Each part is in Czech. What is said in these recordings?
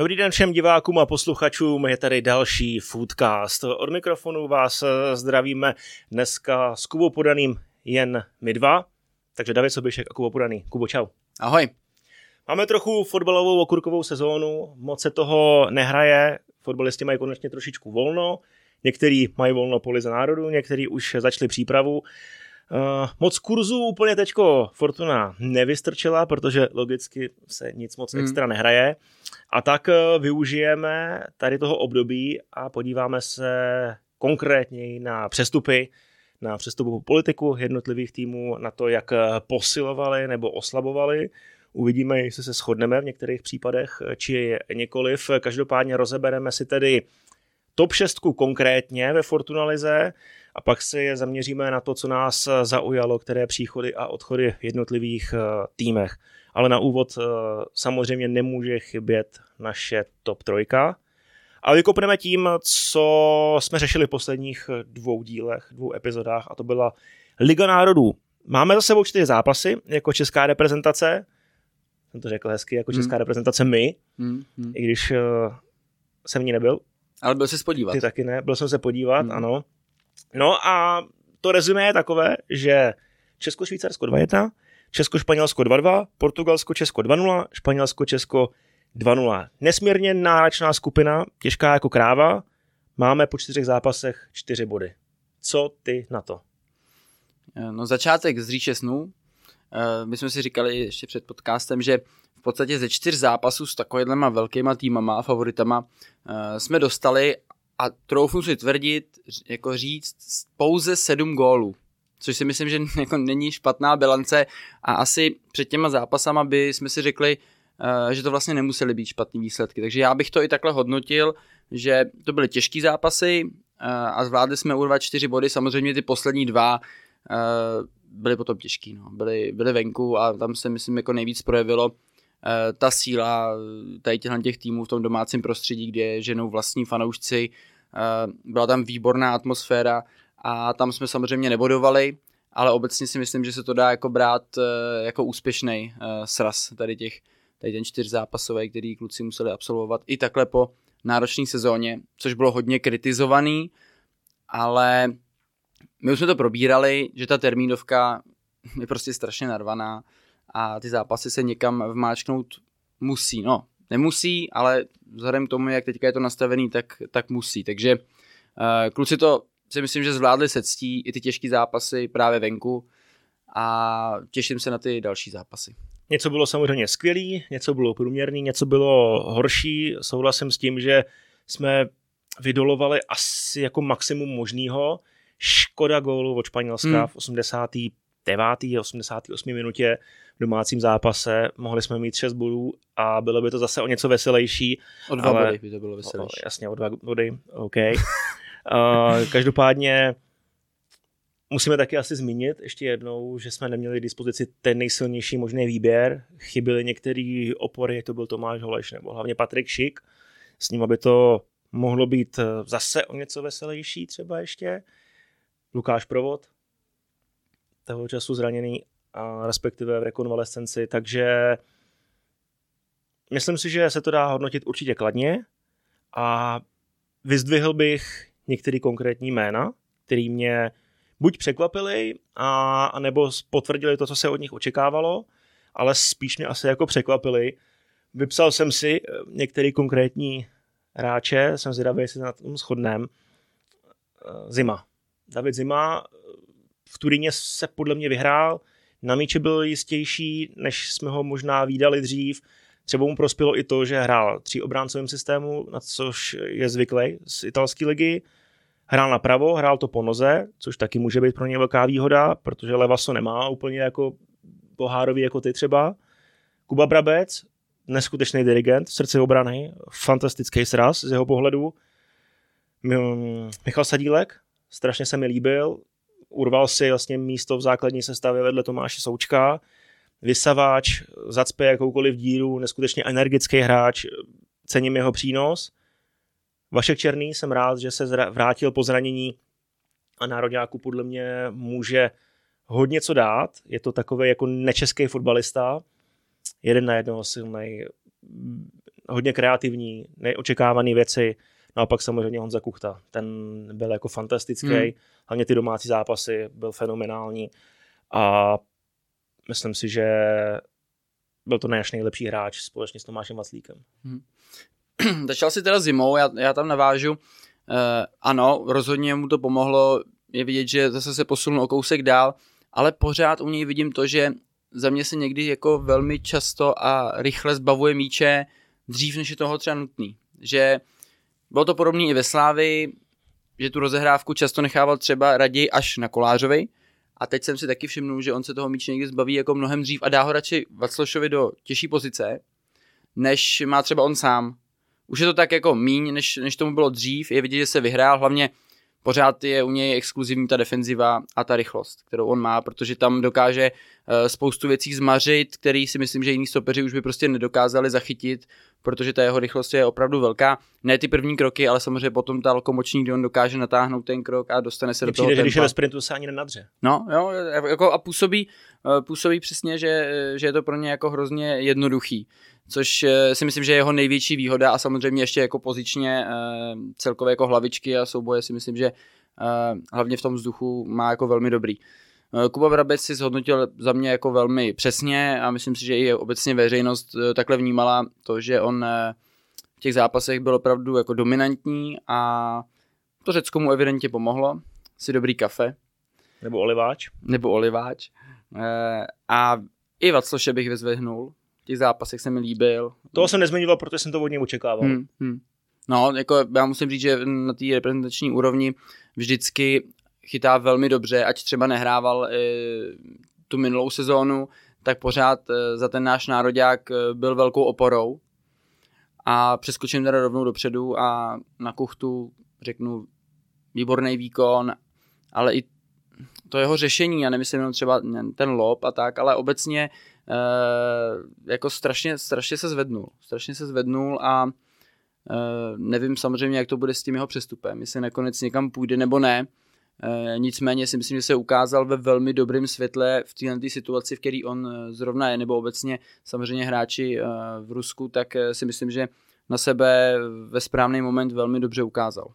Dobrý den všem divákům a posluchačům, je tady další Foodcast. Od mikrofonu vás zdravíme dneska s Kubou Podaným jen my dva. Takže David Sobišek a Kubo Podaný. Kubo, čau. Ahoj. Máme trochu fotbalovou okurkovou sezónu, moc se toho nehraje, fotbalisti mají konečně trošičku volno, někteří mají volno po lize národů, někteří už začali přípravu. Moc kurzů úplně teďko Fortuna nevystrčila, protože logicky se nic moc extra nehraje. A tak využijeme tady toho období a podíváme se konkrétně na přestupy, na přestupovou politiku jednotlivých týmů, na to, jak posilovali nebo oslabovali. Uvidíme, jestli se shodneme v některých případech, či nikoliv. Každopádně rozebereme si tedy top 6 konkrétně ve Fortuna lize a pak se zaměříme na to, co nás zaujalo, které příchody a odchody v jednotlivých týmech. Ale na úvod samozřejmě nemůže chybět naše top 3. A vykopneme tím, co jsme řešili v posledních dvou epizodách, a to byla Liga národů. Máme za sebou 4 zápasy jako česká reprezentace. Jsem to řekl hezky, jako česká reprezentace my, i když jsem v ní nebyl. Ale byl jsi se podívat. Ty taky ne, byl jsem se podívat, ano. No a to rezumé je takové, že Česko-Švýcarsko 2-1, Česko-Španělsko 2-2, Portugalsko-Česko 2-0, Španělsko-Česko 2-0. Nesmírně náročná skupina, těžká jako kráva. Máme po 4 zápasech 4 body. Co ty na to? No začátek z říše snů. My jsme si říkali ještě před podcastem, že v podstatě ze 4 zápasů s takovýhlema velkýma týmama a favoritama jsme dostali a troufnu si tvrdit, jako říct, pouze 7 gólů. Což si myslím, že jako není špatná bilance a asi před těma zápasama by jsme si řekli, že to vlastně nemusely být špatný výsledky. Takže já bych to i takhle hodnotil, že to byly těžký zápasy a zvládli jsme urvat 4 body. Samozřejmě ty poslední 2 byly potom těžký. No. Byly venku a tam se myslím jako nejvíc projevilo ta síla tady těch týmů v tom domácím prostředí, kde ženou vlastní fanoušci. Byla tam výborná atmosféra a tam jsme samozřejmě nebodovali, ale obecně si myslím, že se to dá jako brát jako úspěšný sraz tady ten 4 zápasový, který kluci museli absolvovat i takhle po náročné sezóně, což bylo hodně kritizovaný, ale my už jsme to probírali, že ta termínovka je prostě strašně narvaná a ty zápasy se někam vmáčknout musí. No, nemusí, ale vzhledem k tomu, jak teďka je to nastavený, tak musí. Takže kluci to si myslím, že zvládli se ctí i ty těžké zápasy právě venku a těším se na ty další zápasy. Něco bylo samozřejmě skvělý, něco bylo průměrný, něco bylo horší. Souhlasím s tím, že jsme vydolovali asi jako maximum možného. Škoda gólu od Španělska v 89. a 88. minutě v domácím zápase. Mohli jsme mít 6 bodů a bylo by to zase o něco veselější. O 2 body by to bylo veselější. Jasně, o 2 body, OK. Každopádně musíme taky asi zmínit ještě jednou, že jsme neměli k dispozici ten nejsilnější možný výběr. Chyběly některé opory, to byl Tomáš Holeš nebo hlavně Patrik Šik. S ním by to mohlo být zase o něco veselější třeba ještě. Lukáš Provod, toho času zraněný, a respektive v rekonvalescenci, takže myslím si, že se to dá hodnotit určitě kladně a vyzdvihl bych některé konkrétní jména, který mě buď překvapili, a nebo potvrdili to, co se od nich očekávalo, ale spíš mě asi jako překvapili. Vypsal jsem si některé konkrétní hráče, jsem zvědavý, jestli se na tom shodneme. Zima. David Zima v Turíně se podle mě vyhrál, na míči byl jistější, než jsme ho možná vídali dřív. Třeba mu prospělo i to, že hrál 3obráncovým systému, na což je zvyklý z italské ligy. Hrál napravo, hrál to po noze, což taky může být pro něj velká výhoda, protože Levaso nemá úplně jako pohárový jako ty třeba. Kuba Brabec, neskutečný dirigent v srdci obrany, fantastický sraz z jeho pohledu. Michal Sadílek, strašně se mi líbil, urval si vlastně místo v základní sestavě vedle Tomáše Součka. Vysavač, zacpe jakoukoliv díru, neskutečně energický hráč, cením jeho přínos. Vašek Černý, jsem rád, že se vrátil po zranění a nároďáku podle mě může hodně co dát. Je to takový jako nečeský fotbalista, 1 na 1 silnej, hodně kreativní, neočekávané věci. Naopak samozřejmě Honza Kuchta, ten byl jako fantastický, hlavně ty domácí zápasy, byl fenomenální a myslím si, že byl to náš nejlepší hráč společně s Tomášem Vaclíkem. Začal si teda zimou, já tam navážu. Ano, rozhodně mu to pomohlo, je vidět, že zase se posunul o kousek dál, ale pořád u něj vidím to, že za mě se někdy jako velmi často a rychle zbavuje míče dřív, než je toho třeba nutný. Že bylo to podobné i ve Slávii, že tu rozehrávku často nechával třeba raději až na Kolářovi. A teď jsem si taky všimnul, že on se toho míče někdy zbaví jako mnohem dřív a dá ho radši Vaclošovi do těžší pozice, než má třeba on sám. Už je to tak jako míň, než tomu bylo dřív. Je vidět, že se vyhrál, hlavně pořád je u něj exkluzivní ta defenziva a ta rychlost, kterou on má, protože tam dokáže spoustu věcí zmařit, který si myslím, že jiní stopeři už by prostě nedokázali zachytit, protože ta jeho rychlost je opravdu velká. Ne ty první kroky, ale samozřejmě potom ta lokomoční, kdy on dokáže natáhnout ten krok a dostane se do toho tempa. Když je ve sprintu, se ani nenadře. No, jo, jako a působí přesně, že je to pro ně jako hrozně jednoduchý. Což si myslím, že je jeho největší výhoda a samozřejmě ještě jako pozičně celkově jako hlavičky a souboje si myslím, že hlavně v tom vzduchu má jako velmi dobrý. Kuba Brabec si zhodnotil za mě jako velmi přesně a myslím si, že i obecně veřejnost takhle vnímala to, že on v těch zápasech byl opravdu jako dominantní a to Řecko mu evidentně pomohlo. Si dobrý kafe. Nebo oliváč. A i Vacloše bych vyzvihnul. V těch zápasech se mi líbil. Toho jsem nezmiňoval, protože jsem to od něj očekával. No, jako já musím říct, že na té reprezentační úrovni vždycky chytá velmi dobře, ať třeba nehrával tu minulou sezónu, tak pořád za ten náš nároďák byl velkou oporou. A přeskočím teda rovnou dopředu a na Kuchtu řeknu výborný výkon, ale i to jeho řešení, já nemyslím jenom třeba ten lob a tak, ale obecně jako strašně se zvednul a nevím samozřejmě, jak to bude s tím jeho přestupem, jestli nakonec někam půjde nebo ne, nicméně si myslím, že se ukázal ve velmi dobrém světle v této situaci, v které on zrovna je, nebo obecně samozřejmě hráči v Rusku, tak si myslím, že na sebe ve správný moment velmi dobře ukázal.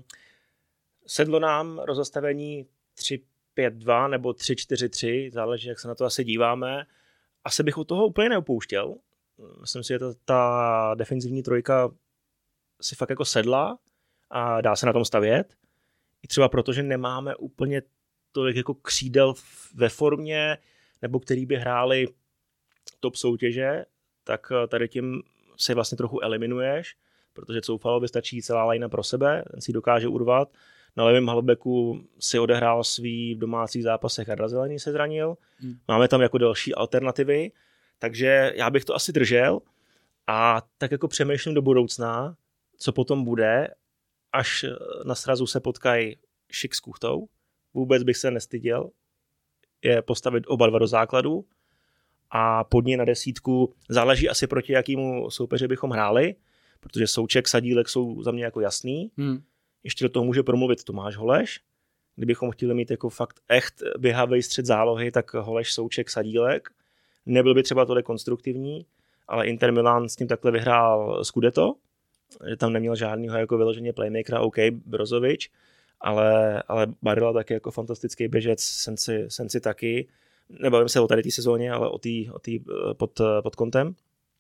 Sedlo nám rozastavení 3-5-2 nebo 3-4-3, záleží, jak se na to asi díváme. Asi bych od toho úplně neopouštěl. Myslím si, že ta defenzivní trojka si fakt jako sedla a dá se na tom stavět. I třeba proto, že nemáme úplně tolik jako křídel ve formě, nebo který by hráli top soutěže, tak tady tím se vlastně trochu eliminuješ, protože Coufalovi stačí celá lajna pro sebe, ten si dokáže urvat. Na levém halbacku si odehrál svý v domácích zápasech Jarda Zelený se zranil. Máme tam jako další alternativy, takže já bych to asi držel a tak jako přemýšlím do budoucna, co potom bude, až na srazu se potkají Šik s Kuchtou. Vůbec bych se nestyděl je postavit oba dva do základu a pod ně na desítku záleží asi proti jakýmu soupeři bychom hráli, protože Souček, Sadílek jsou za mě jako jasný. Ještě do toho může promluvit Tomáš Holeš. Kdybychom chtěli mít jako fakt echt běhavej střed zálohy, tak Holeš, Souček, Sadílek. Nebyl by třeba tohle konstruktivní, ale Inter Milan s ním takhle vyhrál Scudetto, že tam neměl žádnýho jako vyloženě playmakera, OK, Brozovič, ale Barilla taky jako fantastický běžec, Sensi taky. Nebavím se o tady té sezóně, ale o té pod kontem.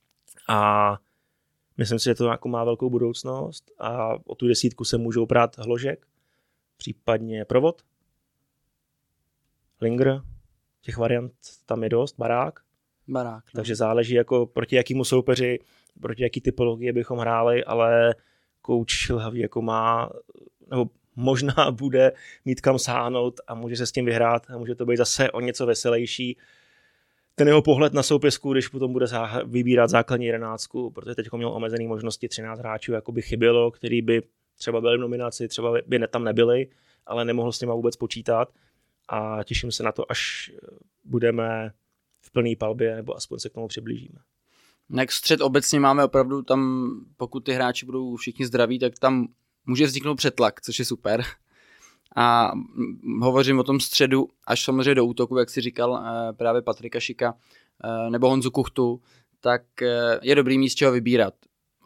A myslím si, že to jako má velkou budoucnost a o tu desítku se můžou prát Hložek, případně Provod, Linger, těch variant tam je dost, Barák. No. Takže záleží jako proti jakýmu soupeři, proti jaký typologie bychom hráli, ale kouč hlavně jako má, nebo možná bude mít kam sáhnout a může se s tím vyhrát a může to být zase o něco veselější. Ten jeho pohled na soupisku, když potom bude vybírat základní 11, protože teď měl omezený možnosti 13 hráčů, jako by chybělo, který by třeba byli v nominaci, třeba by tam nebyli, ale nemohl s nima vůbec počítat a těším se na to, až budeme v plný palbě, nebo aspoň se k tomu přiblížíme. Jak střed obecně máme opravdu tam, pokud ty hráči budou všichni zdraví, tak tam může vzniknout přetlak, což je super. A hovořím o tom středu až samozřejmě do útoku, jak si říkal právě Patrika Šika nebo Honzu Kuchtu, tak je dobrý míst čeho vybírat.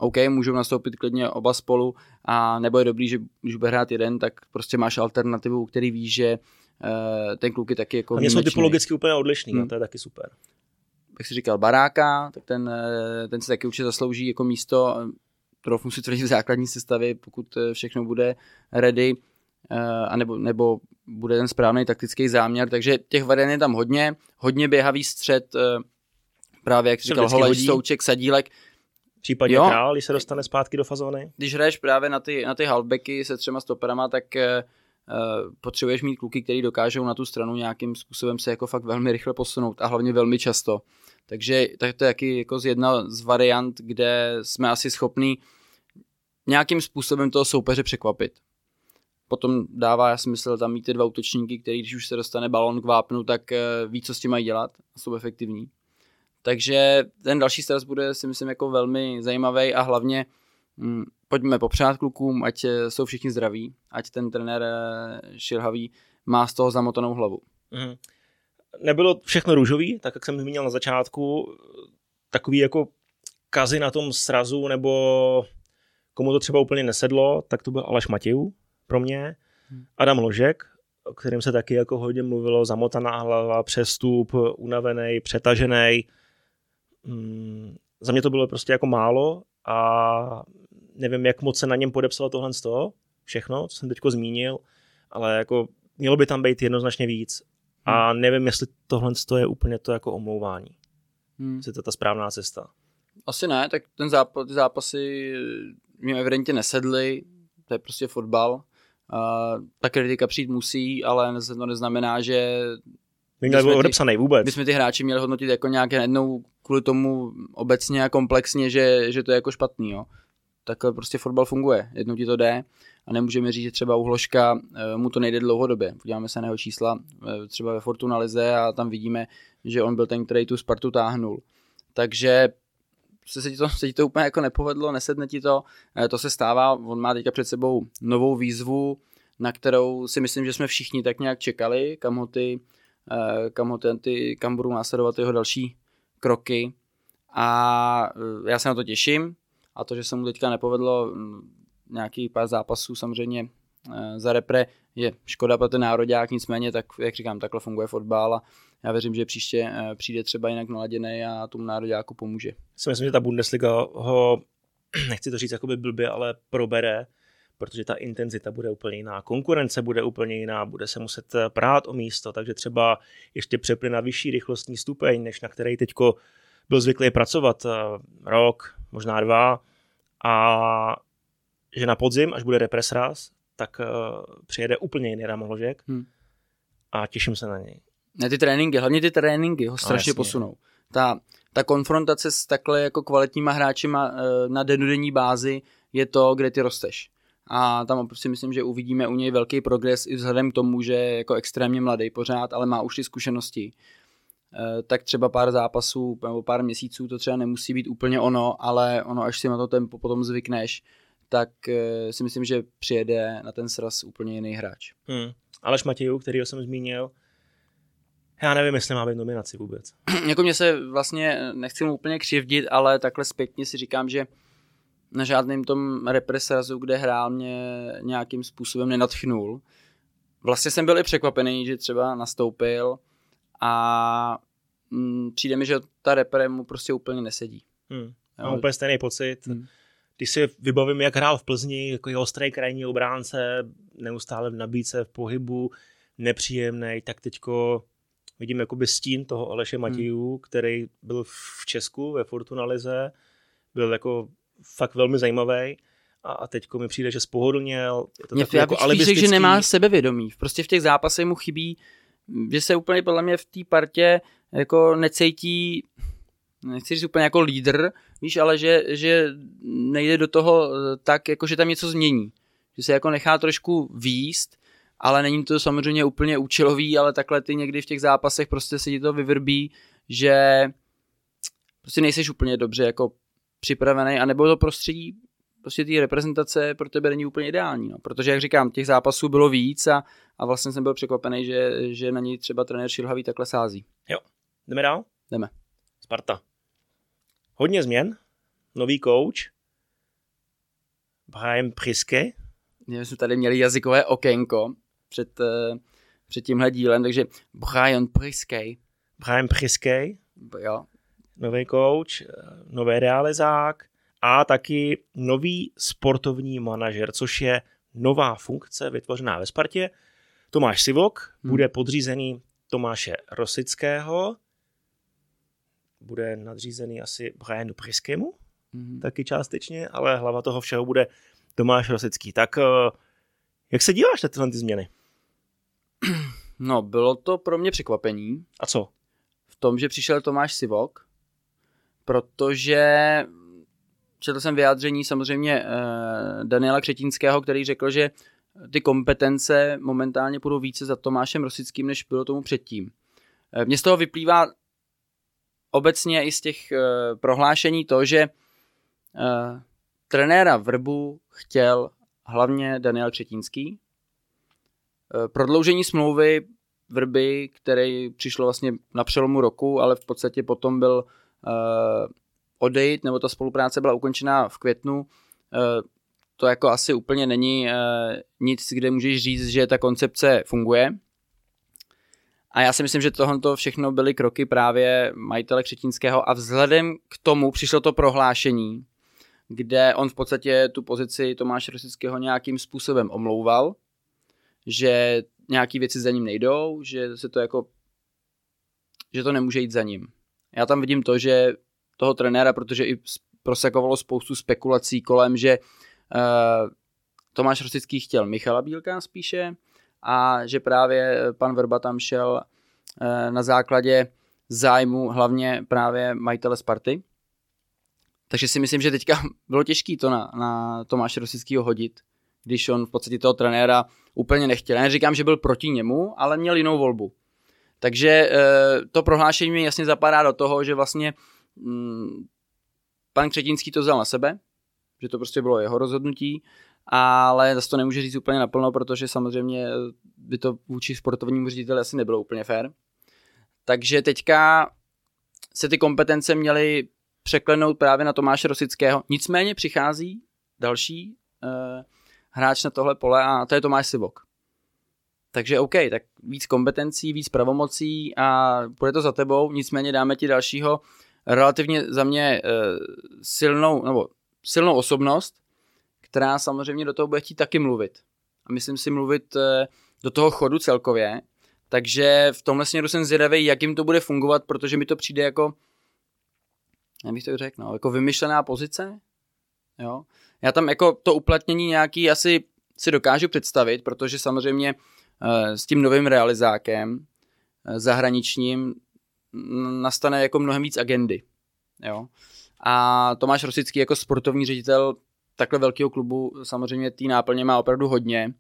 OK, můžou nastoupit klidně oba spolu, a nebo je dobrý, že když bude hrát jeden, tak prostě máš alternativu, který víš, že ten kluk je taky jako výjimečný. A jsou typologicky úplně odlišný, a to je taky super. Jak jsi říkal, Baráka, tak ten se taky určitě zaslouží jako místo, trochu si tvrdit v základní sestavě, pokud všechno bude ready, nebo bude ten správný taktický záměr, takže těch variant je tam hodně běhavý střed, právě jak jsi říkal, Holeš, Souček, Sadílek. Případně Král, když se dostane zpátky do fazóny. Když hraješ právě na ty halfbacky se 3 stoperama, tak potřebuješ mít kluky, který dokážou na tu stranu nějakým způsobem se jako fakt velmi rychle posunout a hlavně velmi často. Takže tak to je taky jako jedna z variant, kde jsme asi schopní nějakým způsobem toho soupeře překvapit. Potom dává smysl tam mít ty 2 útočníky, který když už se dostane balón k vápnu, tak ví, co s tím mají dělat a jsou efektivní. Takže ten další start bude, si myslím, jako velmi zajímavý a hlavně pojďme popřát klukům, ať jsou všichni zdraví, ať ten trenér Šilhavý má z toho zamotanou hlavu. Nebylo všechno růžový, tak jak jsem zmínil na začátku, takový jako kazy na tom srazu, nebo komu to třeba úplně nesedlo, tak to byl Aleš Matějů pro mě, Adam Ložek, o kterém se taky jako hodně mluvilo, zamotaná hlava, přestup, unavený, přetažený. Za mě to bylo prostě jako málo a nevím, jak moc se na něm podepsalo tohle z toho, všechno, co jsem teďko zmínil, ale jako mělo by tam být jednoznačně víc. A nevím, jestli tohle je úplně to jako omlouvání. Jestli to je ta správná cesta. Asi ne, tak ty zápasy mě evidentně nesedly, to je prostě fotbal. Ta kritika přijít musí, ale to neznamená, že byl odepsaný vůbec. My jsme ty hráči měli hodnotit jako nějaké jednou kvůli tomu obecně a komplexně, že to je jako špatný. Jo. Takhle prostě fotbal funguje, jednou ti to jde a nemůžeme říct, že třeba u Hloška mu to nejde dlouhodobě. Podíváme se na jeho čísla třeba ve Fortuna lize a tam vidíme, že on byl ten, který tu Spartu táhnul. Takže se ti to úplně jako nepovedlo, nesedne ti to se stává, on má teďka před sebou novou výzvu, na kterou si myslím, že jsme všichni tak nějak čekali, kam budou následovat jeho další kroky a já se na to těším a to, že se mu teďka nepovedlo nějaký pár zápasů samozřejmě za repre je škoda pro ten nároďák, nicméně tak, jak říkám, takhle funguje fotbal a já věřím, že příště přijde třeba jinak naladěnej a tomu nároďáku pomůže. Myslím, že ta Bundesliga ho, nechci to říct jakoby blbě, ale probere, protože ta intenzita bude úplně jiná, konkurence bude úplně jiná, bude se muset prát o místo, takže třeba ještě přepne na vyšší rychlostní stupeň, než na který teďko byl zvyklý pracovat rok, možná 2 a že na podzim, až bude represraz, tak přijede úplně jiný Adam Hložek a těším se na něj. Ne, hlavně ty tréninky ho strašně posunou. Ta konfrontace s takhle jako kvalitníma hráčima na dennodenní bázi je to, kde ty rosteš. A tam si myslím, že uvidíme u něj velký progres i vzhledem k tomu, že je jako extrémně mladý pořád, ale má už ty zkušenosti. Tak třeba pár zápasů nebo pár měsíců to třeba nemusí být úplně ono, ale ono, až si na to tempo potom zvykneš, tak si myslím, že přijede na ten sraz úplně jiný hráč. Aleš Matějů, kterýho jsem zmínil, já nevím, jestli má být nominaci vůbec. Jako mě se vlastně, nechci mu úplně křivdit, ale takhle zpětně si říkám, že na žádném tom represrazu, kde hrál, mě nějakým způsobem nenadchnul. Vlastně jsem byl i překvapený, že třeba nastoupil a přijde mi, že ta repre mu prostě úplně nesedí. Mám úplně stejný pocit. Když si vybavím, jak hrál v Plzni, jako jeho ostrý krajní obránce, neustále v nabídce, v pohybu, nepříjemný, tak teďko vidím jakoby stín toho Aleše Matějů, který byl v Česku ve Fortuna lize, byl jako fakt velmi zajímavý a teďko mi přijde, že spohodlněl. Je to takový jako alibistický. Že nemá sebevědomí. Prostě v těch zápasech mu chybí, že se úplně podle mě v té partě jako necítí, nechci říct úplně jako lídr, víš, ale že nejde do toho tak, jako že tam něco změní. Že se jako nechá trošku výst, ale není to samozřejmě úplně účelový, ale takhle ty někdy v těch zápasech prostě se ti to vyvrbí, že prostě nejseš úplně dobře jako připravený, anebo to prostředí prostě té reprezentace pro tebe není úplně ideální, no. Protože, jak říkám, těch zápasů bylo víc a vlastně jsem byl překvapený, že na něj třeba trenér Šilhavý takhle sází. Jo, jdeme dál? Jdeme. Sparta. Hodně změn, nový coach, Brian Priske. My jsme tady měli jazykové okénko před tímhle dílem, takže Brian Priske. Brian Priske. Jo. Nový coach, nový realizák a taky nový sportovní manažer, což je nová funkce vytvořená ve Spartě. Tomáš Sivok bude podřízený Tomáše Rosického, bude nadřízený asi Brianu Priskemu, taky částečně, ale hlava toho všeho bude Tomáš Rosický. Tak jak se díváš na tyhle ty změny? No, bylo to pro mě překvapení. A co? V tom, že přišel Tomáš Sivok, protože četl jsem vyjádření samozřejmě Daniela Křetínského, který řekl, že ty kompetence momentálně půjdou více za Tomášem Rosickým, než bylo tomu předtím. Mně z toho vyplývá obecně i z těch prohlášení to, že trenéra Vrbu chtěl hlavně Daniel Křetínský. Prodloužení smlouvy Vrby, který přišlo vlastně na přelomu roku, ale v podstatě potom byl odejít, nebo ta spolupráce byla ukončená v květnu, to jako asi úplně není nic, kde můžeš říct, že ta koncepce funguje. A já si myslím, že tohle všechno byly kroky právě majitele Křetínského a vzhledem k tomu přišlo to prohlášení, kde on v podstatě tu pozici Tomáše Rosického nějakým způsobem omlouval, že nějaký věci za ním nejdou, že se to jako, že to nemůže jít za ním. Já tam vidím to, že toho trenéra, protože i prosakovalo spoustu spekulací kolem, že Tomáš Rosický chtěl Michala Bílka spíše a že právě pan Vrba tam šel na základě zájmu hlavně právě majitele Sparty. Takže si myslím, že teďka bylo těžké to na Tomáše Rosického hodit, když on v podstatě toho trenéra úplně nechtěl. Já neříkám, že byl proti němu, ale měl jinou volbu. Takže to prohlášení mi jasně zapadá do toho, že vlastně pan Křetínský to vzal na sebe, že to prostě bylo jeho rozhodnutí, ale zase to nemůže říct úplně naplno, protože samozřejmě by to vůči sportovnímu řediteli asi nebylo úplně fér. Takže teďka se ty kompetence měly překlenout právě na Tomáše Rosického. Nicméně přichází další hráč na tohle pole a to je Tomáš Sivok. Takže OK, tak víc kompetencí, víc pravomocí a půjde to za tebou, nicméně dáme ti dalšího relativně za mě silnou osobnost, která samozřejmě do toho bude chtít taky mluvit. A myslím si mluvit do toho chodu celkově, takže v tomhle směru jsem zvědavý, jak jim to bude fungovat, protože mi to přijde jako, jak bych to řekl, jako vymyšlená pozice. Jo? Já tam jako to uplatnění nějaký asi si dokážu představit, protože samozřejmě s tím novým realizákem zahraničním nastane jako mnohem víc agendy. Jo? A Tomáš Rosický jako sportovní ředitel takhle velkého klubu samozřejmě tý náplně má opravdu hodně.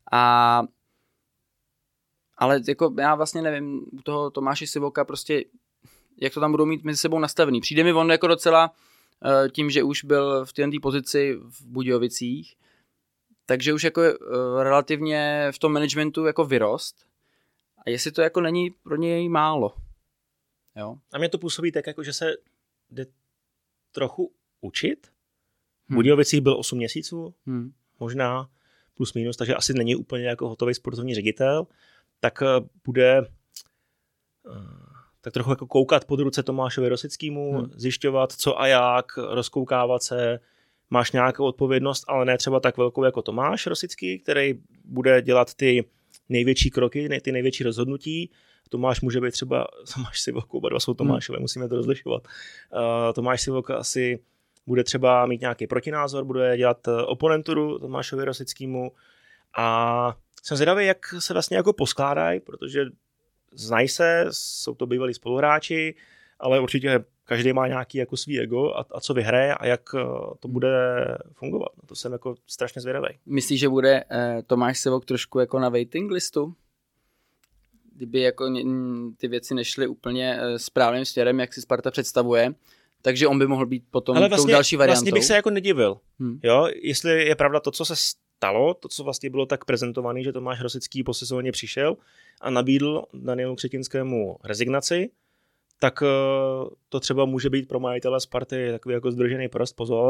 Ale jako já vlastně nevím u toho Tomáše Sivoka prostě, jak to tam budou mít mezi sebou nastavený. Přijde mi on jako docela tím, že už byl v této pozici v Budějovicích, takže už jako relativně v tom managementu jako vyrost. A jestli to jako není pro něj málo. Jo? A mě to působí tak, jako že se jde trochu učit. V Budějovicích byl 8 měsíců, možná plus minus, takže asi není úplně jako hotový sportovní ředitel, tak bude tak trochu jako koukat pod ruce Tomášovi Rosickému, zjišťovat co a jak, rozkoukávat se, máš nějakou odpovědnost, ale ne třeba tak velkou jako Tomáš Rosický, který bude dělat ty největší kroky, ty největší rozhodnutí. Tomáš může být třeba, Tomáš Sivok, oba dva jsou Tomášové, musíme to rozlišovat. Tomáš Sivok asi bude třeba mít nějaký protinázor, bude dělat oponenturu Tomášovi Rosickému a jsem zvědavý, jak se vlastně jako poskládají, protože znají se, jsou to bývalí spoluhráči, ale určitě každý má nějaký jako svý ego a co vyhraje a jak to bude fungovat. To jsem jako strašně zvědavý. Myslíš, že bude Tomáš Sivok trošku jako na waiting listu? Kdyby jako ty věci nešly úplně správným směrem, jak si Sparta představuje, takže on by mohl být potom tou další variantou. Vlastně bych se jako nedivil. Jo? Jestli je pravda to, co se stalo, to, co vlastně bylo tak prezentované, že Tomáš Rosický po sezóně přišel a nabídl Danielu Křetinskému rezignaci, tak to třeba může být pro majitele Sparty takový jako zdržený prst, pozor,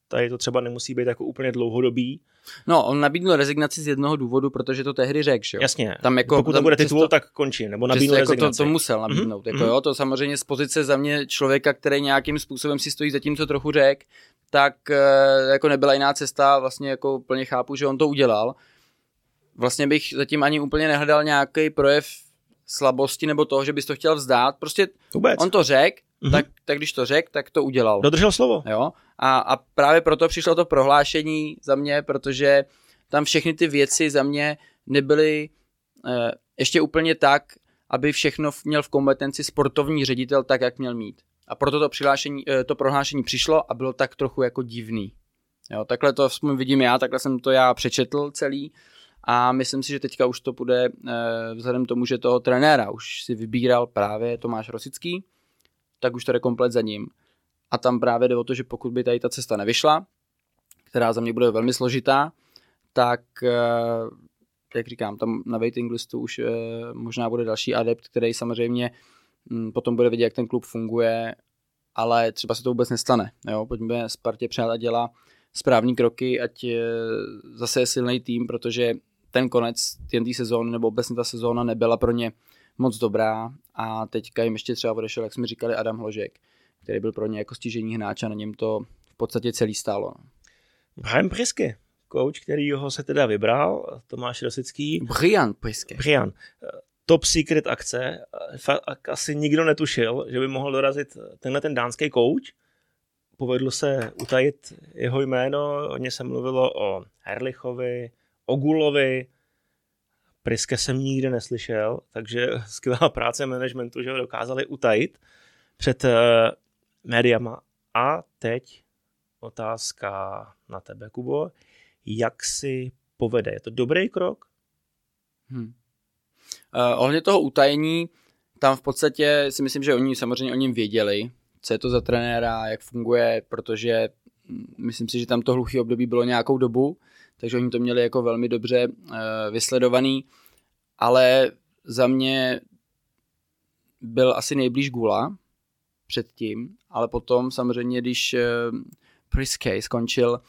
tady to třeba nemusí být jako úplně dlouhodobý. No, on nabídl rezignaci z jednoho důvodu, protože to tehdy řekl, že jo. Jasně, tam jako, pokud tam bude titul, tak končí, nebo nabídl rezignaci. To musel nabídnout, jako jo, to samozřejmě z pozice za mě člověka, který nějakým způsobem si stojí za tím, co trochu řekl, tak jako nebyla jiná cesta, vlastně jako plně chápu, že on to udělal. Vlastně bych zatím ani úplně nehledal nějaký projev slabosti nebo toho, že bys to chtěl vzdát, prostě vůbec. On to řekl, tak když to řekl, tak to udělal. Dodržel slovo. Jo? A právě proto přišlo to prohlášení za mě, protože tam všechny ty věci za mě nebyly ještě úplně tak, aby všechno měl v kompetenci sportovní ředitel tak, jak měl mít. A proto to prohlášení přišlo a bylo tak trochu jako divný. Jo, takhle to vidím já, takhle jsem to já přečetl celý a myslím si, že teďka už to bude vzhledem tomu, že toho trenéra už si vybíral právě Tomáš Rosický, tak už to jde komplet za ním. A tam právě jde o to, že pokud by tady ta cesta nevyšla, která za mě bude velmi složitá, tak, jak říkám, tam na waiting listu už možná bude další adept, který samozřejmě potom bude vidět, jak ten klub funguje, ale třeba se to vůbec nestane. Jo? Pojďme Spartě přát a dělá správný kroky, ať zase je silný tým, protože ten konec té sezóny nebo obecně ta sezóna nebyla pro ně moc dobrá a teďka jim ještě třeba odešel, jak jsme říkali, Adam Hložek, který byl pro ně jako stížení hráč a na něm to v podstatě celý stálo. Brian Prisky, coach, který ho se teda vybral, Tomáš Rosický. Brian Prisky. Brian. Top secret akce. Asi nikdo netušil, že by mohl dorazit tenhle ten dánský coach. Povedlo se utajit jeho jméno, hodně se mluvilo o Herlichovi, o Gulovi. Priske jsem nikdy neslyšel, takže skvělá práce managementu, že ho dokázali utajit před médiama. A teď otázka na tebe, Kubo. Jak si povede? Je to dobrý krok? Ohledně toho utajení, tam v podstatě si myslím, že oni samozřejmě o něm věděli, co je to za trenéra, jak funguje, protože myslím si, že tam to hluchý období bylo nějakou dobu, takže oni to měli jako velmi dobře vysledovaný, ale za mě byl asi nejblíž Gula předtím, ale potom samozřejmě, když Priske skončil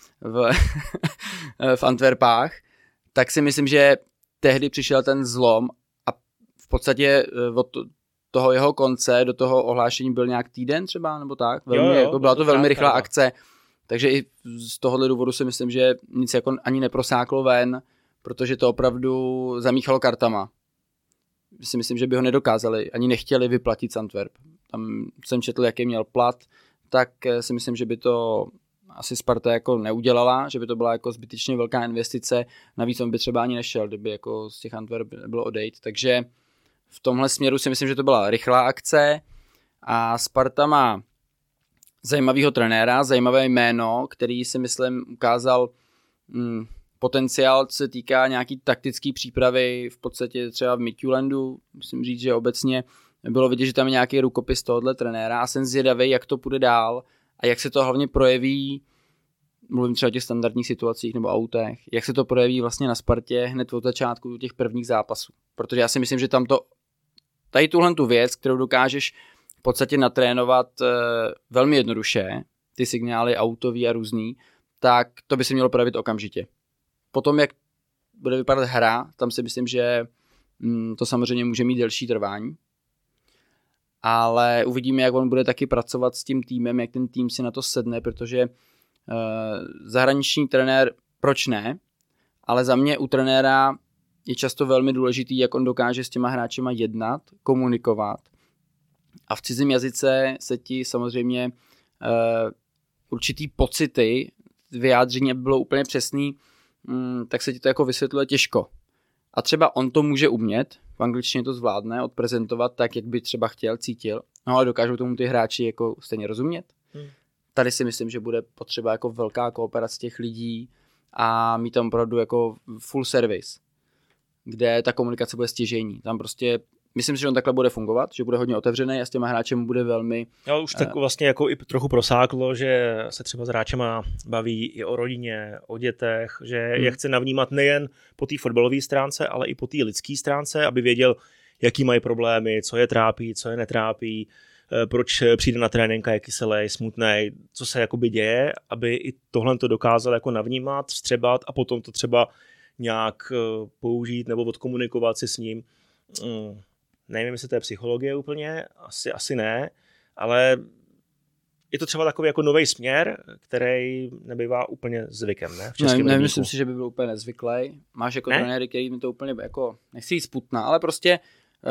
v Antwerpách, tak si myslím, že tehdy přišel ten zlom a v podstatě od toho jeho konce do toho ohlášení byl nějak týden třeba, nebo tak. Jako byla to velmi rychlá akce, takže i z tohohle důvodu si myslím, že nic jako ani neprosáklo ven, protože to opravdu zamíchalo kartama. Si myslím, že by ho nedokázali, ani nechtěli vyplatit z Antwerp. Tam jsem četl, jaký měl plat, tak si myslím, že by to asi Sparta jako neudělala, že by to byla jako zbytečně velká investice, navíc on by třeba ani nešel, kdyby jako z těch Antwerp bylo odejít, takže v tomhle směru si myslím, že to byla rychlá akce a Sparta má zajímavého trenéra, zajímavé jméno, který si myslím ukázal potenciál, co se týká nějaký taktický přípravy v podstatě třeba v Midtjyllandu, musím říct, že obecně bylo vidět, že tam je nějaký rukopis tohohle trenéra a jsem zvědavý, jak to půjde dál a jak se to hlavně projeví, mluvím třeba o těch standardních situacích nebo autech, jak se to projeví vlastně na Spartě hned od začátku těch prvních zápasů. Protože já si myslím, že tam to, tady tuhle tu věc, kterou dokážeš v podstatě natrénovat velmi jednoduše, ty signály autový a různý, tak to by se mělo projevit okamžitě. Potom, jak bude vypadat hra, tam si myslím, že to samozřejmě může mít delší trvání, ale uvidíme, jak on bude taky pracovat s tím týmem, jak ten tým si na to sedne, protože zahraniční trenér, proč ne, ale za mě u trenéra je často velmi důležitý, jak on dokáže s těma hráčema jednat, komunikovat a v cizím jazyce se ti samozřejmě určitý pocity, vyjádření, aby bylo úplně přesný, tak se ti to jako vysvětluje těžko. A třeba on to může umět, v angličtině to zvládne, odprezentovat tak, jak by třeba chtěl, cítil, no ale dokážou tomu ty hráči jako stejně rozumět. Tady si myslím, že bude potřeba jako velká kooperace těch lidí a mít tam opravdu jako full service, kde ta komunikace bude stěžejní. Tam prostě, myslím si, že on takhle bude fungovat, že bude hodně otevřený a s těma hráčem bude velmi... Jo, už tak vlastně jako i trochu prosáklo, že se třeba s hráčema baví i o rodině, o dětech, že je chce navnímat nejen po té fotbalové stránce, ale i po té lidské stránce, aby věděl, jaký mají problémy, co je trápí, co je netrápí. proč přijde na trénink a je kyselý, smutný, co se jakoby děje, aby i tohle to dokázal jako navnímat, vstřebat a potom to třeba nějak použít nebo odkomunikovat si s ním. Nevím, jestli to je psychologie úplně, asi ne, ale je to třeba takový jako nový směr, který nebývá úplně zvykem, ne? Nemyslím si, že by byl úplně nezvyklý. Máš jako trenéry, který mi to úplně jako, nechci jít sputná, ale prostě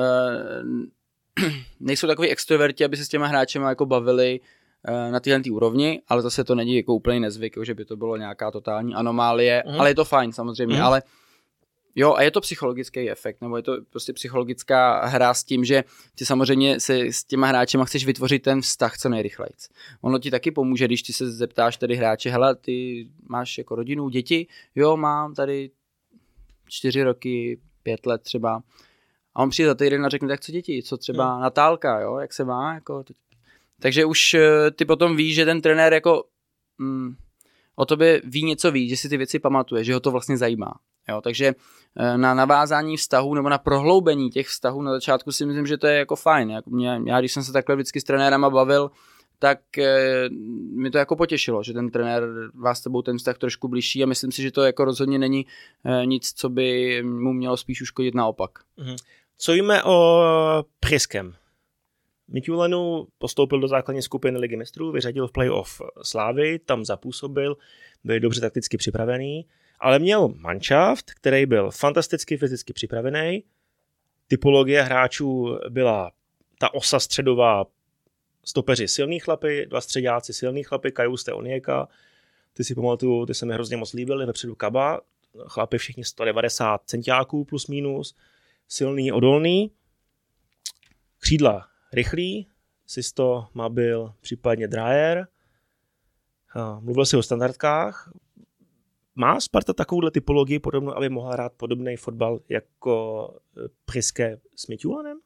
nejsou takový extroverti, aby se s těma hráčema jako bavili na téhle úrovni, ale zase to není jako úplný nezvyk, že by to bylo nějaká totální anomálie, ale je to fajn samozřejmě, ale jo, a je to psychologický efekt, nebo je to prostě psychologická hra s tím, že ty samozřejmě se s těma hráčema chceš vytvořit ten vztah co nejrychlejc. Ono ti taky pomůže, když ty se zeptáš tady hráče, hele, ty máš jako rodinu, děti? Jo, mám tady 4 roky, 5 let třeba. A on přijde za týden a řekne, tak co děti, co třeba Natálka, jo, jak se má, jako. Takže už ty potom víš, že ten trenér jako o tobě ví něco víc, že si ty věci pamatuje, že ho to vlastně zajímá. Jo, takže na navázání vztahů nebo na prohloubení těch vztahů na začátku si myslím, že to je jako fajn. Já když jsem se takhle vždycky s trenérama bavil, tak mi to jako potěšilo, že ten trenér vás s tebou ten vztah trošku blížší a myslím si, že to jako rozhodně není nic, co by mu mělo spíš uškodit, naopak. Co víme o Priskem? Mitulenu postoupil do základní skupiny Ligy mistrů, vyřadil v playoff Slávy, tam zapůsobil, byl dobře takticky připravený, ale měl manšaft, který byl fantasticky fyzicky připravený. Typologie hráčů byla ta osa středová, stopeři silný chlapy, 2 středáci silný chlapy, Kajuste, Onieka. Ty si pamatuju, ty se mi hrozně moc líbily, vepředu Kaba, chlapy všichni 190 centiáků plus minus, silný, odolný. Křídla rychlý, Sisto, Mabil, případně Dreyer. Mluvil si o standardkách. Má Sparta takovouhle typologii podobnou, aby mohla hrát podobný fotbal jako Priske s Mitulanem?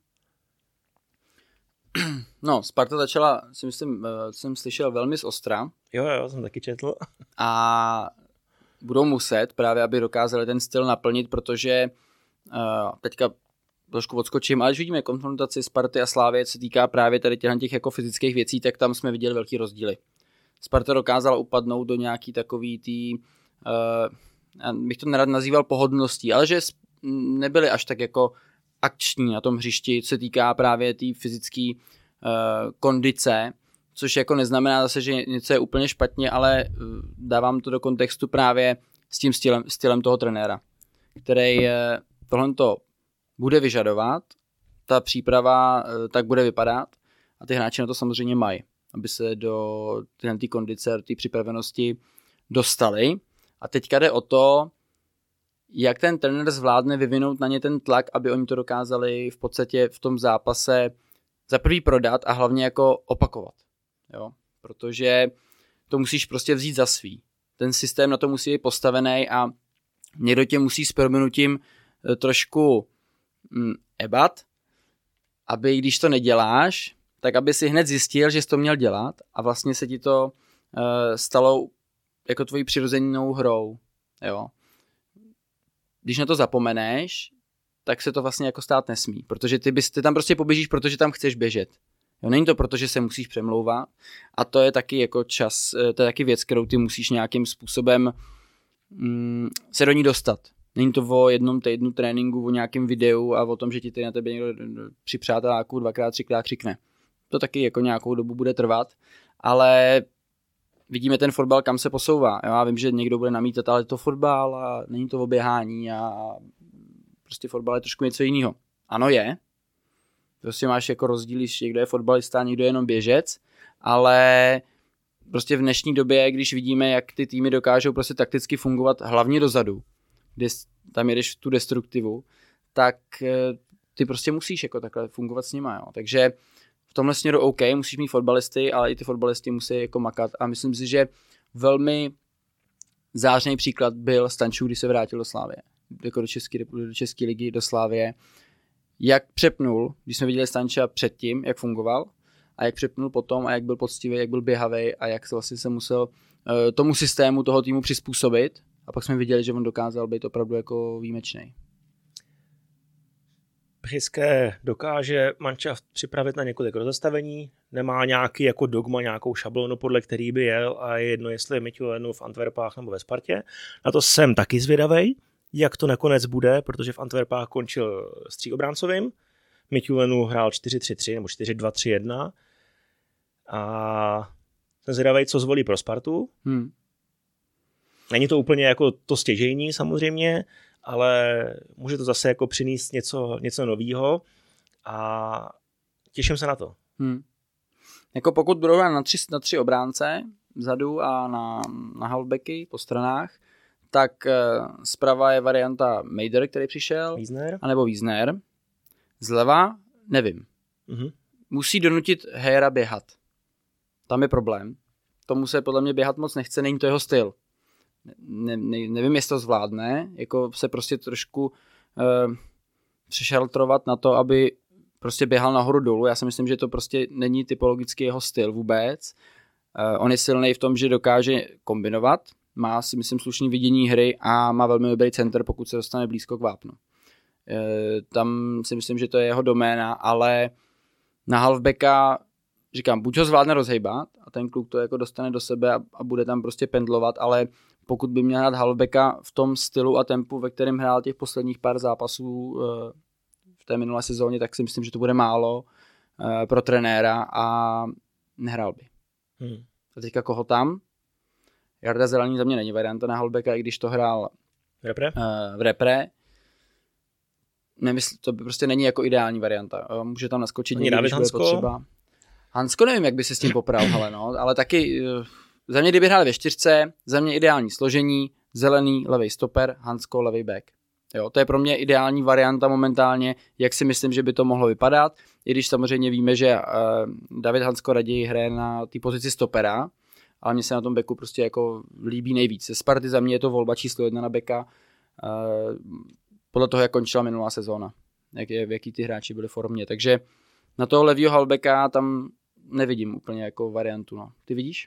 No, Sparta začala, si myslím, jsem slyšel velmi z ostra. Jo, jsem taky četl. A budou muset právě, aby dokázali ten styl naplnit, protože teďka trošku odskočím, ale když vidíme konfrontaci Sparty a Slávie, co se týká právě tady těch jako fyzických věcí, tak tam jsme viděli velký rozdíly. Sparta dokázala upadnout do nějaký takový bych to nerad nazýval pohodlností, ale že nebyly až tak jako akční na tom hřišti, co se týká právě té fyzické kondice, což jako neznamená zase, že něco je úplně špatně, ale dávám to do kontextu právě s tím stylem toho trenéra, který tohleto bude vyžadovat, ta příprava tak bude vypadat a ty hráči na to samozřejmě mají, aby se do té kondice, do té připravenosti dostali. A teďka jde o to, jak ten trenér zvládne vyvinout na ně ten tlak, aby oni to dokázali v podstatě v tom zápase za prvý prodat a hlavně jako opakovat. Jo? Protože to musíš prostě vzít za svý. Ten systém na to musí být postavený a někdo tě musí s prominutím trošku ebat, aby když to neděláš, tak aby si hned zjistil, že jsi to měl dělat a vlastně se ti to stalo jako tvojí přirozenou hrou. Jo. Když na to zapomeneš, tak se to vlastně jako stát nesmí, protože ty tam prostě poběžíš, protože tam chceš běžet. Jo, není to proto, že se musíš přemlouvat a to je taky jako čas, to je taky věc, kterou ty musíš nějakým způsobem se do ní dostat. Není to o jednom týdnu tréninku, o nějakém videu a o tom, že ti tady na tebe někdo při přáteláku 2x, 3x křikne. To taky jako nějakou dobu bude trvat, ale vidíme ten fotbal, kam se posouvá. Jo, já vím, že někdo bude namítat, ale je to fotbal a není to oběhání a prostě fotbal je trošku něco jiného. Ano je, prostě máš jako rozdíl, když někdo je fotbalista, někdo je jenom běžec, ale prostě v dnešní době, když vidíme, jak ty týmy dokážou prostě takticky fungovat hlavně dozadu, kde tam jedeš tu destruktivu, tak ty prostě musíš jako takhle fungovat s nima. Jo. Takže v tomhle směru OK, musíš mít fotbalisty, ale i ty fotbalisti musí jako makat a myslím si, že velmi zářný příklad byl Stančů, když se vrátil do Slávie, jako do České ligy, do Slávie, jak přepnul, když jsme viděli Stanča předtím, jak fungoval a jak přepnul potom a jak byl poctivý, jak byl běhavý a jak vlastně se musel tomu systému toho týmu přizpůsobit a pak jsme viděli, že on dokázal být opravdu jako výjimečný. Břiské dokáže manšaft připravit na několik rozestavení, nemá nějaký jako dogma, nějakou šablonu, podle který by jel a je jedno, jestli je Michelenu v Antwerpách nebo ve Spartě. Na to jsem taky zvědavej, jak to nakonec bude, protože v Antwerpách končil s tříobráncovým, Michelenu hrál 4-3-3 nebo 4-2-3-1 a jsem zvědavej, co zvolí pro Spartu. Není to úplně jako to stěžejní samozřejmě, ale může to zase jako přinést něco novýho a těším se na to. Jako pokud budou hrát na tři obránce vzadu a na halfbacky po stranách, tak zprava je varianta Mejder, který přišel, anebo Wiesner. Zleva nevím. Musí donutit Hejera běhat. Tam je problém. Tomu se podle mě běhat moc nechce, není to jeho styl. Nevím, jestli to zvládne, jako se prostě trošku přešeltrovat na to, aby prostě běhal nahoru dolů. Já si myslím, že to prostě není typologicky jeho styl vůbec. On je silný v tom, že dokáže kombinovat, má si myslím slušný vidění hry a má velmi dobrý center, pokud se dostane blízko k vápnu. Tam si myslím, že to je jeho doména, ale na halfbacka říkám, buď ho zvládne rozhejbat a ten kluk to jako dostane do sebe a bude tam prostě pendlovat, ale pokud by měl hrát halfbacka v tom stylu a tempu, ve kterém hrál těch posledních pár zápasů v té minulé sezóně, tak si myslím, že to bude málo pro trenéra a nehrál by. A teďka koho tam? Jarda Zelený za mě není varianta na halfbacka, i když to hrál v repre. To by prostě není jako ideální varianta. Může tam naskočit někdy, když bude potřeba. Hansko nevím, jak by se s tím popral, ale taky za mě, kdyby hráli ve 4, za mě ideální složení, Zelený, levej stoper, Hansko, levej back. Jo, to je pro mě ideální varianta momentálně, jak si myslím, že by to mohlo vypadat, i když samozřejmě víme, že David Hansko raději hraje na té pozici stopera, ale mně se na tom backu prostě jako líbí nejvíc. Ze Sparty za mě je to volba číslo 1 na backa, podle toho, jak končila minulá sezóna, v jaký ty hráči byli formě, takže na toho levýho halfbacka tam nevidím úplně jako variantu. No. Ty vidíš?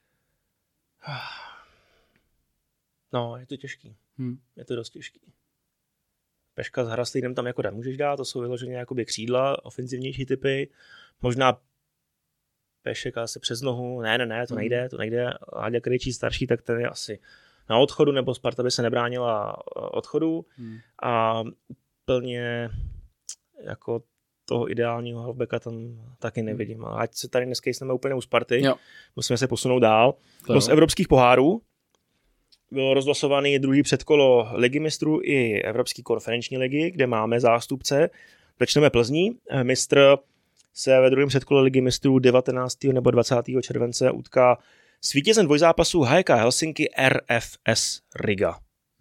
No, je to těžký. Je to dost těžký. Peška s Hraslínem tam jako nemůžeš dát, to jsou vyloženě jakoby křídla, ofenzivnější typy. Možná Pešek asi přes nohu. Ne, to nejde. Háďa Krejčí starší, tak ten je asi na odchodu, nebo Sparta by se nebránila odchodu. A úplně jako toho ideálního halfbacka tam taky nevidím. A ať se tady dneska jsme úplně u Sparty, musíme se posunout dál. Z evropských pohárů bylo rozlosovaný druhý předkolo Ligy mistrů i Evropské konferenční ligy, kde máme zástupce. Začneme Plzní. Mistr se ve druhém předkole Ligy mistrů 19. nebo 20. července utká s vítězem dvojzápasů HJK Helsinki RFS Riga.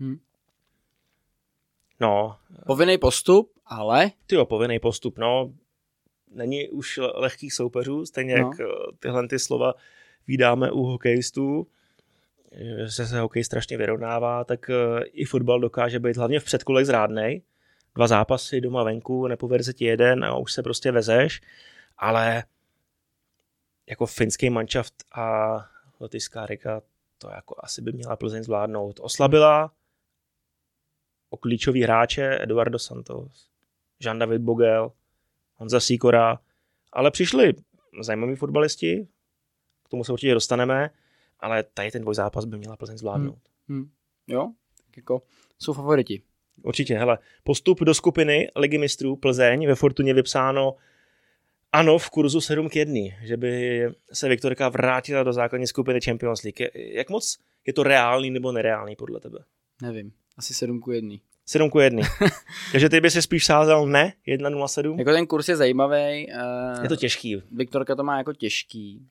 No. Povinný postup, ale... Povinný postup, no. Není už lehkých soupeřů, stejně jak tyhle ty slova vídáme u hokejistů, že se hokej strašně vyrovnává, tak i fotbal dokáže být hlavně v předkolech zrádnej. 2 zápasy doma venku, nepovede se ti jeden a už se prostě vezeš, ale jako finský manšaft a lotyšská Riga to jako asi by měla Plzeň zvládnout. Oslabila o klíčový hráče Eduardo Santos, Jean-David Bogel, Honza Sýkora, ale přišli zajímaví fotbalisti, k tomu se určitě dostaneme, ale tady ten dvojzápas by měla Plzeň zvládnout. Jo, jako jsou favoriti. Určitě, hele, postup do skupiny Ligy mistrů Plzeň ve Fortuně vypsáno ano v kurzu 7-1, že by se Viktorka vrátila do základní skupiny Champions League. Jak moc je to reálný nebo nereálný podle tebe? Nevím, asi 7-1. 7-1. Takže ty by si spíš sázel ne? 1-0-7? Jako ten kurz je zajímavý. Je to těžký. Viktorka to má jako těžký.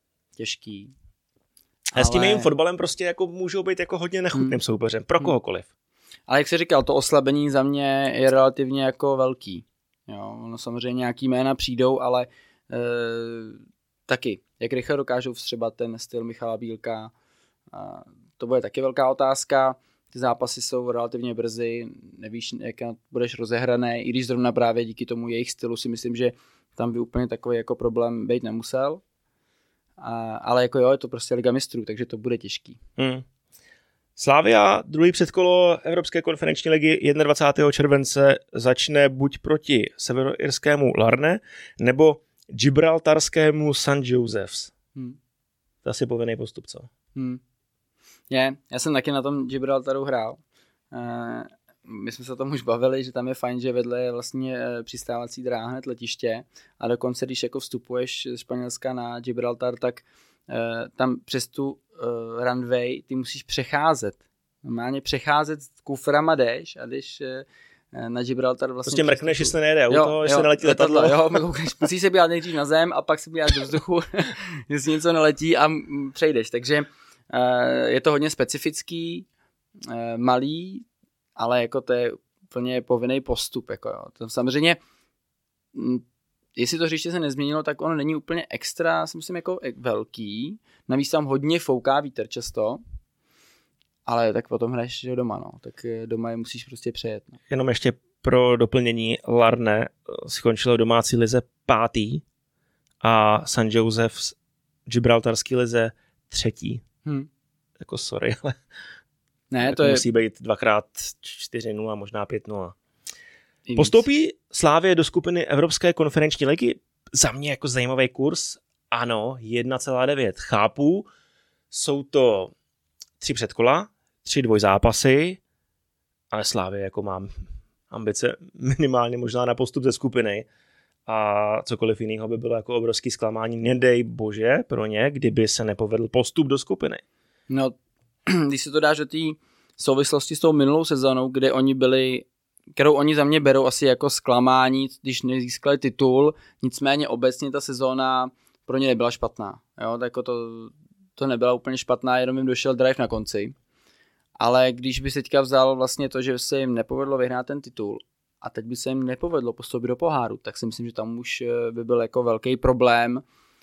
Ale s tím jejím fotbalem prostě jako můžou být jako hodně nechutným soupeřem. Pro kohokoliv. Ale jak jsi říkal, to oslabení za mě je relativně jako velký. Jo, ono samozřejmě nějaký jména přijdou, ale taky, jak rychle dokážou vstřebat ten styl Michala Bílka, to bude taky velká otázka. Ty zápasy jsou relativně brzy, nevíš, jak budeš rozehraný, i když zrovna právě díky tomu jejich stylu si myslím, že tam by úplně takový jako problém být nemusel. Ale jako jo, je to prostě Liga mistrů, takže to bude těžký. Slavia, druhý předkolo Evropské konferenční ligy 21. července začne buď proti severoirskému Larne, nebo gibraltarskému St. Joseph's. To asi povinný postup, co? Já jsem taky na tom Gibraltaru hrál. My jsme se o tom už bavili, že tam je fajn, že vedle je vlastně přistávací dráha hned letiště a dokonce, když jako vstupuješ z Španělska na Gibraltar, tak tam přes tu runway ty musíš přecházet. Normálně přecházet kuframa jdeš a jdeš na Gibraltar vlastně. Prostě mrkneš, jestli nejde auto, jestli neletí letadlo. Jo, musíš se běhat nejdřív na zem a pak se běhat do vzduchu, jestli něco neletí a přejdeš. Takže je to hodně specifický, malý, ale jako to je plně povinný postup. Jako jo. To samozřejmě, jestli to hřiště se nezměnilo, tak ono není úplně extra, si myslím, jako velký. Navíc tam hodně fouká vítr často, ale tak potom hraješ doma, no. Tak doma je musíš prostě přejet. No. Jenom ještě pro doplnění, Larne skončilo v domácí lize 5. a St. Joseph's Gibraltarský lize 3. Jako sorry, ale ne, to musí být 2x4-0, možná 5-0. Postoupí Slavie do skupiny Evropské konferenční ligy? Za mě jako zajímavý kurz. Ano, 1,9. Chápu, jsou to 3 předkola, 3 dvojzápasy, ale Slavie jako mám ambice minimálně možná na postup ze skupiny a cokoliv jiného by bylo jako obrovský zklamání. Nedej bože pro ně, kdyby se nepovedl postup do skupiny. No, když se to dáš do té souvislosti s tou minulou sezónou, kde oni byli, kterou oni za mě berou asi jako zklamání, když nezískali titul, nicméně obecně ta sezóna pro ně nebyla špatná. Jo, tak to nebyla úplně špatná, jenom jim došel drive na konci. Ale když by se teďka vzal vlastně to, že se jim nepovedlo vyhrát ten titul a teď by se jim nepovedlo postoupit do poháru, tak si myslím, že tam už by byl jako velký problém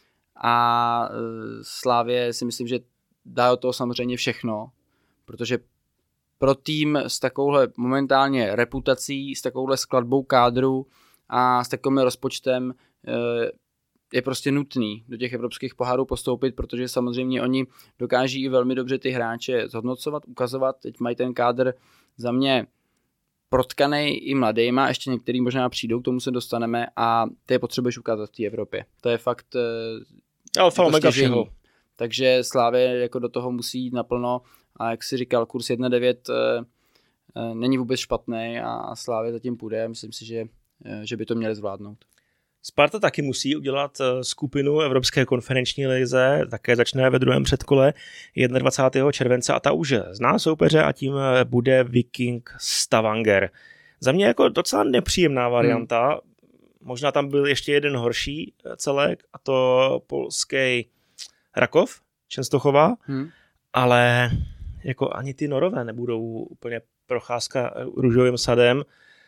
a Slavie si myslím, že dá do toho samozřejmě všechno, protože pro tým s takovouhle momentálně reputací, s takovouhle skladbou kádru a s takovým rozpočtem je prostě nutný do těch evropských pohárů postoupit, protože samozřejmě oni dokáží i velmi dobře ty hráče zhodnocovat, ukazovat. Teď mají ten kádr za mě protkanej i mladejma, ještě některý možná přijdou, k tomu se dostaneme a ty je potřebuješ ukázat v té Evropě. To je fakt alfa omega všeho. Takže Slavie jako do toho musí jít naplno a jak si říkal, kurz 1,9 není vůbec špatný a Slavie zatím půjde. Myslím si, že by to měli zvládnout. Sparta taky musí udělat skupinu Evropské konferenční lize, také začne ve druhém předkole 21. července a ta už zná soupeře a tím bude Viking Stavanger. Za mě jako docela nepříjemná varianta, možná tam byl ještě jeden horší celek a to polský Rakov, Częstochowa, ale jako ani ty Norové nebudou úplně procházka růžovým sadem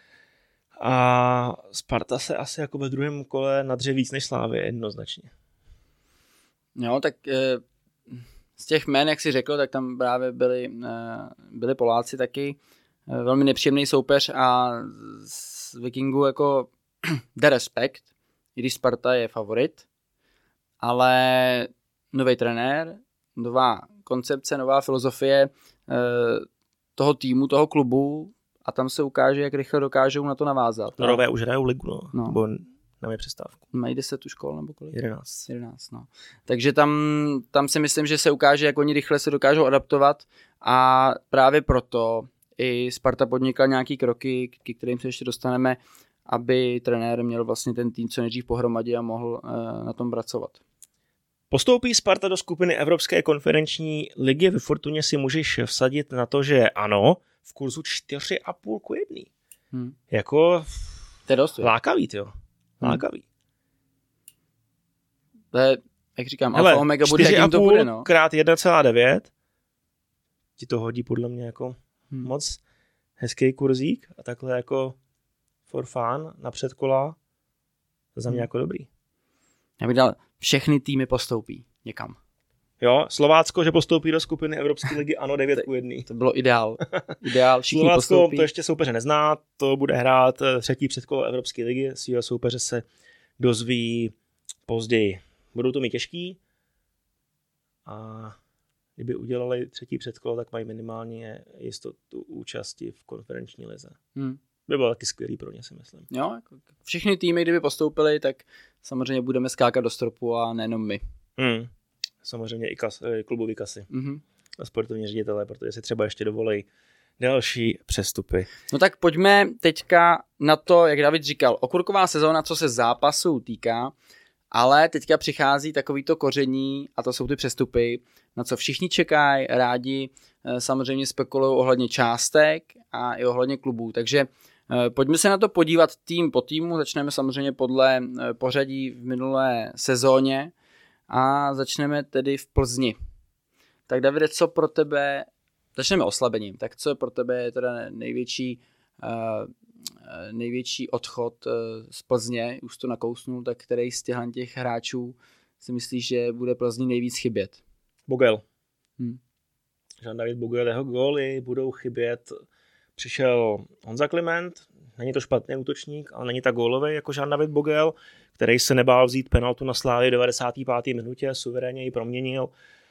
a Sparta se asi jako ve druhém kole nadře víc než Slavie jednoznačně. Jo, tak z těch jmén, jak jsi řekl, tak tam právě byli Poláci taky, velmi nepříjemný soupeř a z Vikingu jako jde respekt, i když Sparta je favorit, ale nový trenér, nová koncepce, nová filozofie toho týmu, toho klubu a tam se ukáže, jak rychle dokážou na to navázat. Norové už hrajou ligu, no. Nebo nemají přestávku. Mají 10 už kol nebo kolik? 11, no. Takže tam si myslím, že se ukáže, jak oni rychle se dokážou adaptovat a právě proto i Sparta podnikla nějaký kroky, k kterým se ještě dostaneme, aby trenér měl vlastně ten tým co nejdřív pohromadě a mohl na tom pracovat. Postoupí Sparta do skupiny Evropské konferenční ligy, ve Fortuně si můžeš vsadit na to, že ano, v kurzu 4,5-1. Jako to je dost, lákavý, jo. Lákavý. To je, jak říkám, alfa omega bude, jakým to bude, no. Krát 1,9 ti to hodí podle mě jako moc hezký kurzík a takhle jako for fun na předkola za mě jako dobrý. Já bych dal, všechny týmy postoupí někam. Jo, Slovácko, že postoupí do skupiny Evropské ligy, ano, 9-1. To bylo ideál. Všichni Slovácko postoupí. To ještě soupeře nezná, to bude hrát třetí předkolo Evropské ligy, svého soupeře se dozví později. Budou to mít těžký a kdyby udělali 3. předkolo, tak mají minimálně jistotu účasti v konferenční lize. By bylo taky skvělý pro ně, si myslím. Jo, jako všechny týmy, kdyby postoupili, tak samozřejmě budeme skákat do stropu a nejenom my. Samozřejmě i klubový kasy. A sportovní ředitelé, protože si třeba ještě dovolí další přestupy. No tak pojďme teďka na to, jak David říkal, okurková sezóna, co se zápasů týká, ale teďka přichází takovýto koření a to jsou ty přestupy, na co všichni čekají, rádi samozřejmě spekulují ohledně částek a i ohledně klubů, takže pojďme se na to podívat tým po týmu, začneme samozřejmě podle pořadí v minulé sezóně a začneme tedy v Plzni. Tak Davide, co pro tebe, začneme oslabením, tak co pro tebe je teda největší odchod z Plzně, už to nakousnul, tak který z těch hráčů si myslíš, že bude Plzni nejvíc chybět? Bogel. Jean-David Bogel, jeho góly budou chybět. Přišel Honza Kliment, není to špatný útočník, ale není tak gólový jako Jean-David Bogel, který se nebál vzít penaltu na Slávii v 95. minutě, suverénně ji proměnil.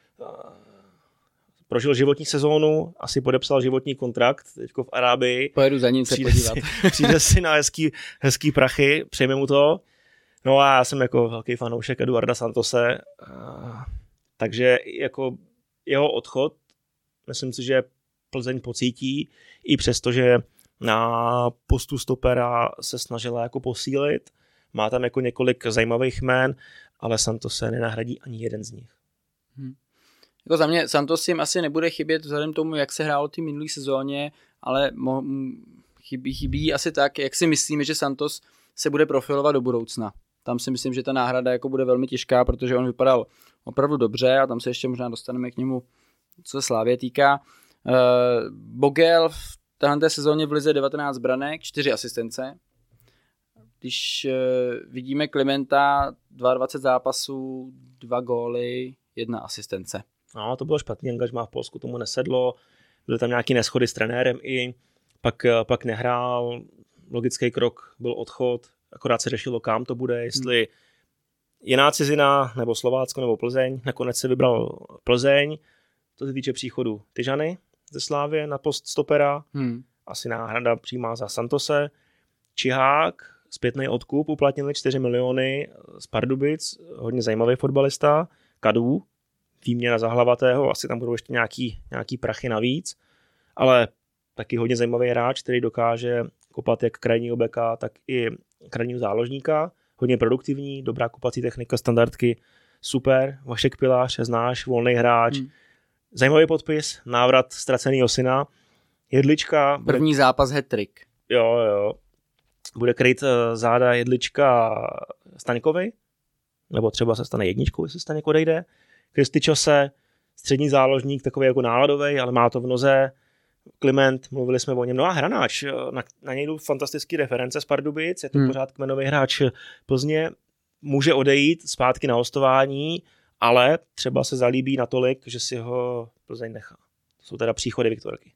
Prožil životní sezónu, asi podepsal životní kontrakt teďko v Arábii. Pojedu za ním se podívat. Přijde si na hezký prachy, přejme mu to. No a já jsem jako velký fanoušek Eduarda Santose, takže jako jeho odchod, myslím si, že Plzeň pocítí, i přesto, že na postu stopera se snažila jako posílit. Má tam jako několik zajímavých jmén, ale Santose nenahradí ani jeden z nich. Jako za mě Santos jim asi nebude chybět vzhledem tomu, jak se hrálo ty minulý sezóně, ale chybí asi tak, jak si myslíme, že Santos se bude profilovat do budoucna. Tam si myslím, že ta náhrada jako bude velmi těžká, protože on vypadal opravdu dobře a tam se ještě možná dostaneme k němu, co se Slávie týká. Bogel v téhle sezóně v lize 19 branek, 4 asistence. Když vidíme Klimenta, 22 zápasů, 2 góly, 1 asistence. No, to bylo špatný angažmá v Polsku, tomu nesedlo. Byly tam nějaký neshody s trenérem i pak nehrál. Logický krok byl odchod, akorát se řešilo, kam to bude, jestli jiná cizina, nebo Slovácko, nebo Plzeň. Nakonec se vybral Plzeň. To se týče příchodu Tyžany ze Slávie na post stopera. Asi náhrada přímá za Santose. Čihák, zpětný odkup, uplatnili 4 miliony z Pardubic, hodně zajímavý fotbalista. Kadu, výměna za Hlavatého, asi tam budou ještě nějaký prachy navíc, ale taky hodně zajímavý hráč, který dokáže kopat jak krajního beka, tak i krajního záložníka. Hodně produktivní, dobrá kopací technika, standardky, super. Vašek Pilář, znáš, volný hráč. Zajímavý podpis, návrat ztraceného syna. Jedlička. První zápas hat-trick. Jo. Bude kryt záda Jedlička Staňkovi, nebo třeba se stane jedničkou, jestli Staněk odejde. Kristyčose, střední záložník, takový jako náladový, ale má to v noze. Kliment, mluvili jsme o něm. No a Hranáč, na něj jdou fantastický reference z Pardubic, je to pořád kmenový hráč Plzně, může odejít zpátky na hostování, ale třeba se zalíbí natolik, že si ho Plzeň nechá. To jsou teda příchody Viktorky.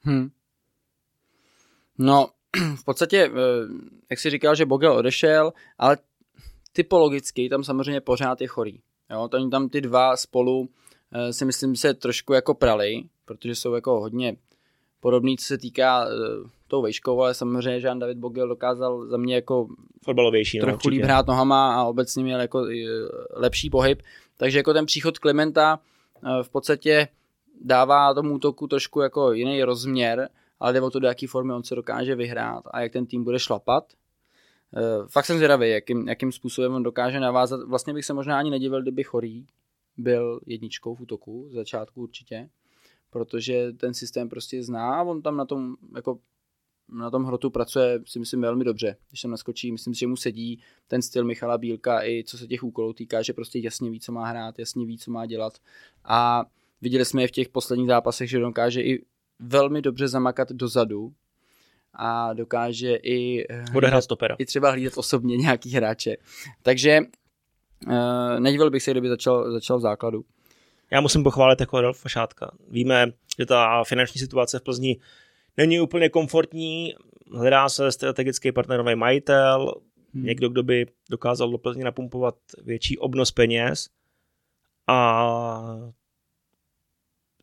No, v podstatě, jak jsi říkal, že Bogel odešel, ale typologicky tam samozřejmě pořád je Chorý. Jo, tam ty dva spolu si myslím se trošku jako prali, protože jsou jako hodně podobný, co se týká tou vejškou, ale samozřejmě Jean-David Bogel dokázal za mě jako fotbalovější, trochu líp hrát nohama a obecně měl jako lepší pohyb, takže jako ten příchod Klimenta v podstatě dává tomu útoku trošku jako jiný rozměr, ale jde o to, do jaký formy on se dokáže vyhrát a jak ten tým bude šlapat. Fakt jsem zvědavý, jakým způsobem on dokáže navázat. Vlastně bych se možná ani nedivil, kdyby Chorý byl jedničkou v útoku, z začátku určitě, protože ten systém prostě zná a on tam na tom hrotu pracuje, si myslím, velmi dobře. Když tam naskočí, myslím si, že mu sedí ten styl Michala Bílka i co se těch úkolů týká, že prostě jasně ví, co má hrát, jasně ví, co má dělat. A viděli jsme je v těch posledních zápasech, že dokáže i velmi dobře zamakat dozadu a dokáže i třeba hlídat osobně nějaký hráče. Takže nedivil bych se, kdyby začal v základu. Já musím pochválit jako Adolfa Šátka. Víme, že ta finanční situace v Plzni není úplně komfortní, hledá se strategický partnerový majitel, někdo, kdo by dokázal do Plzni napumpovat větší obnos peněz a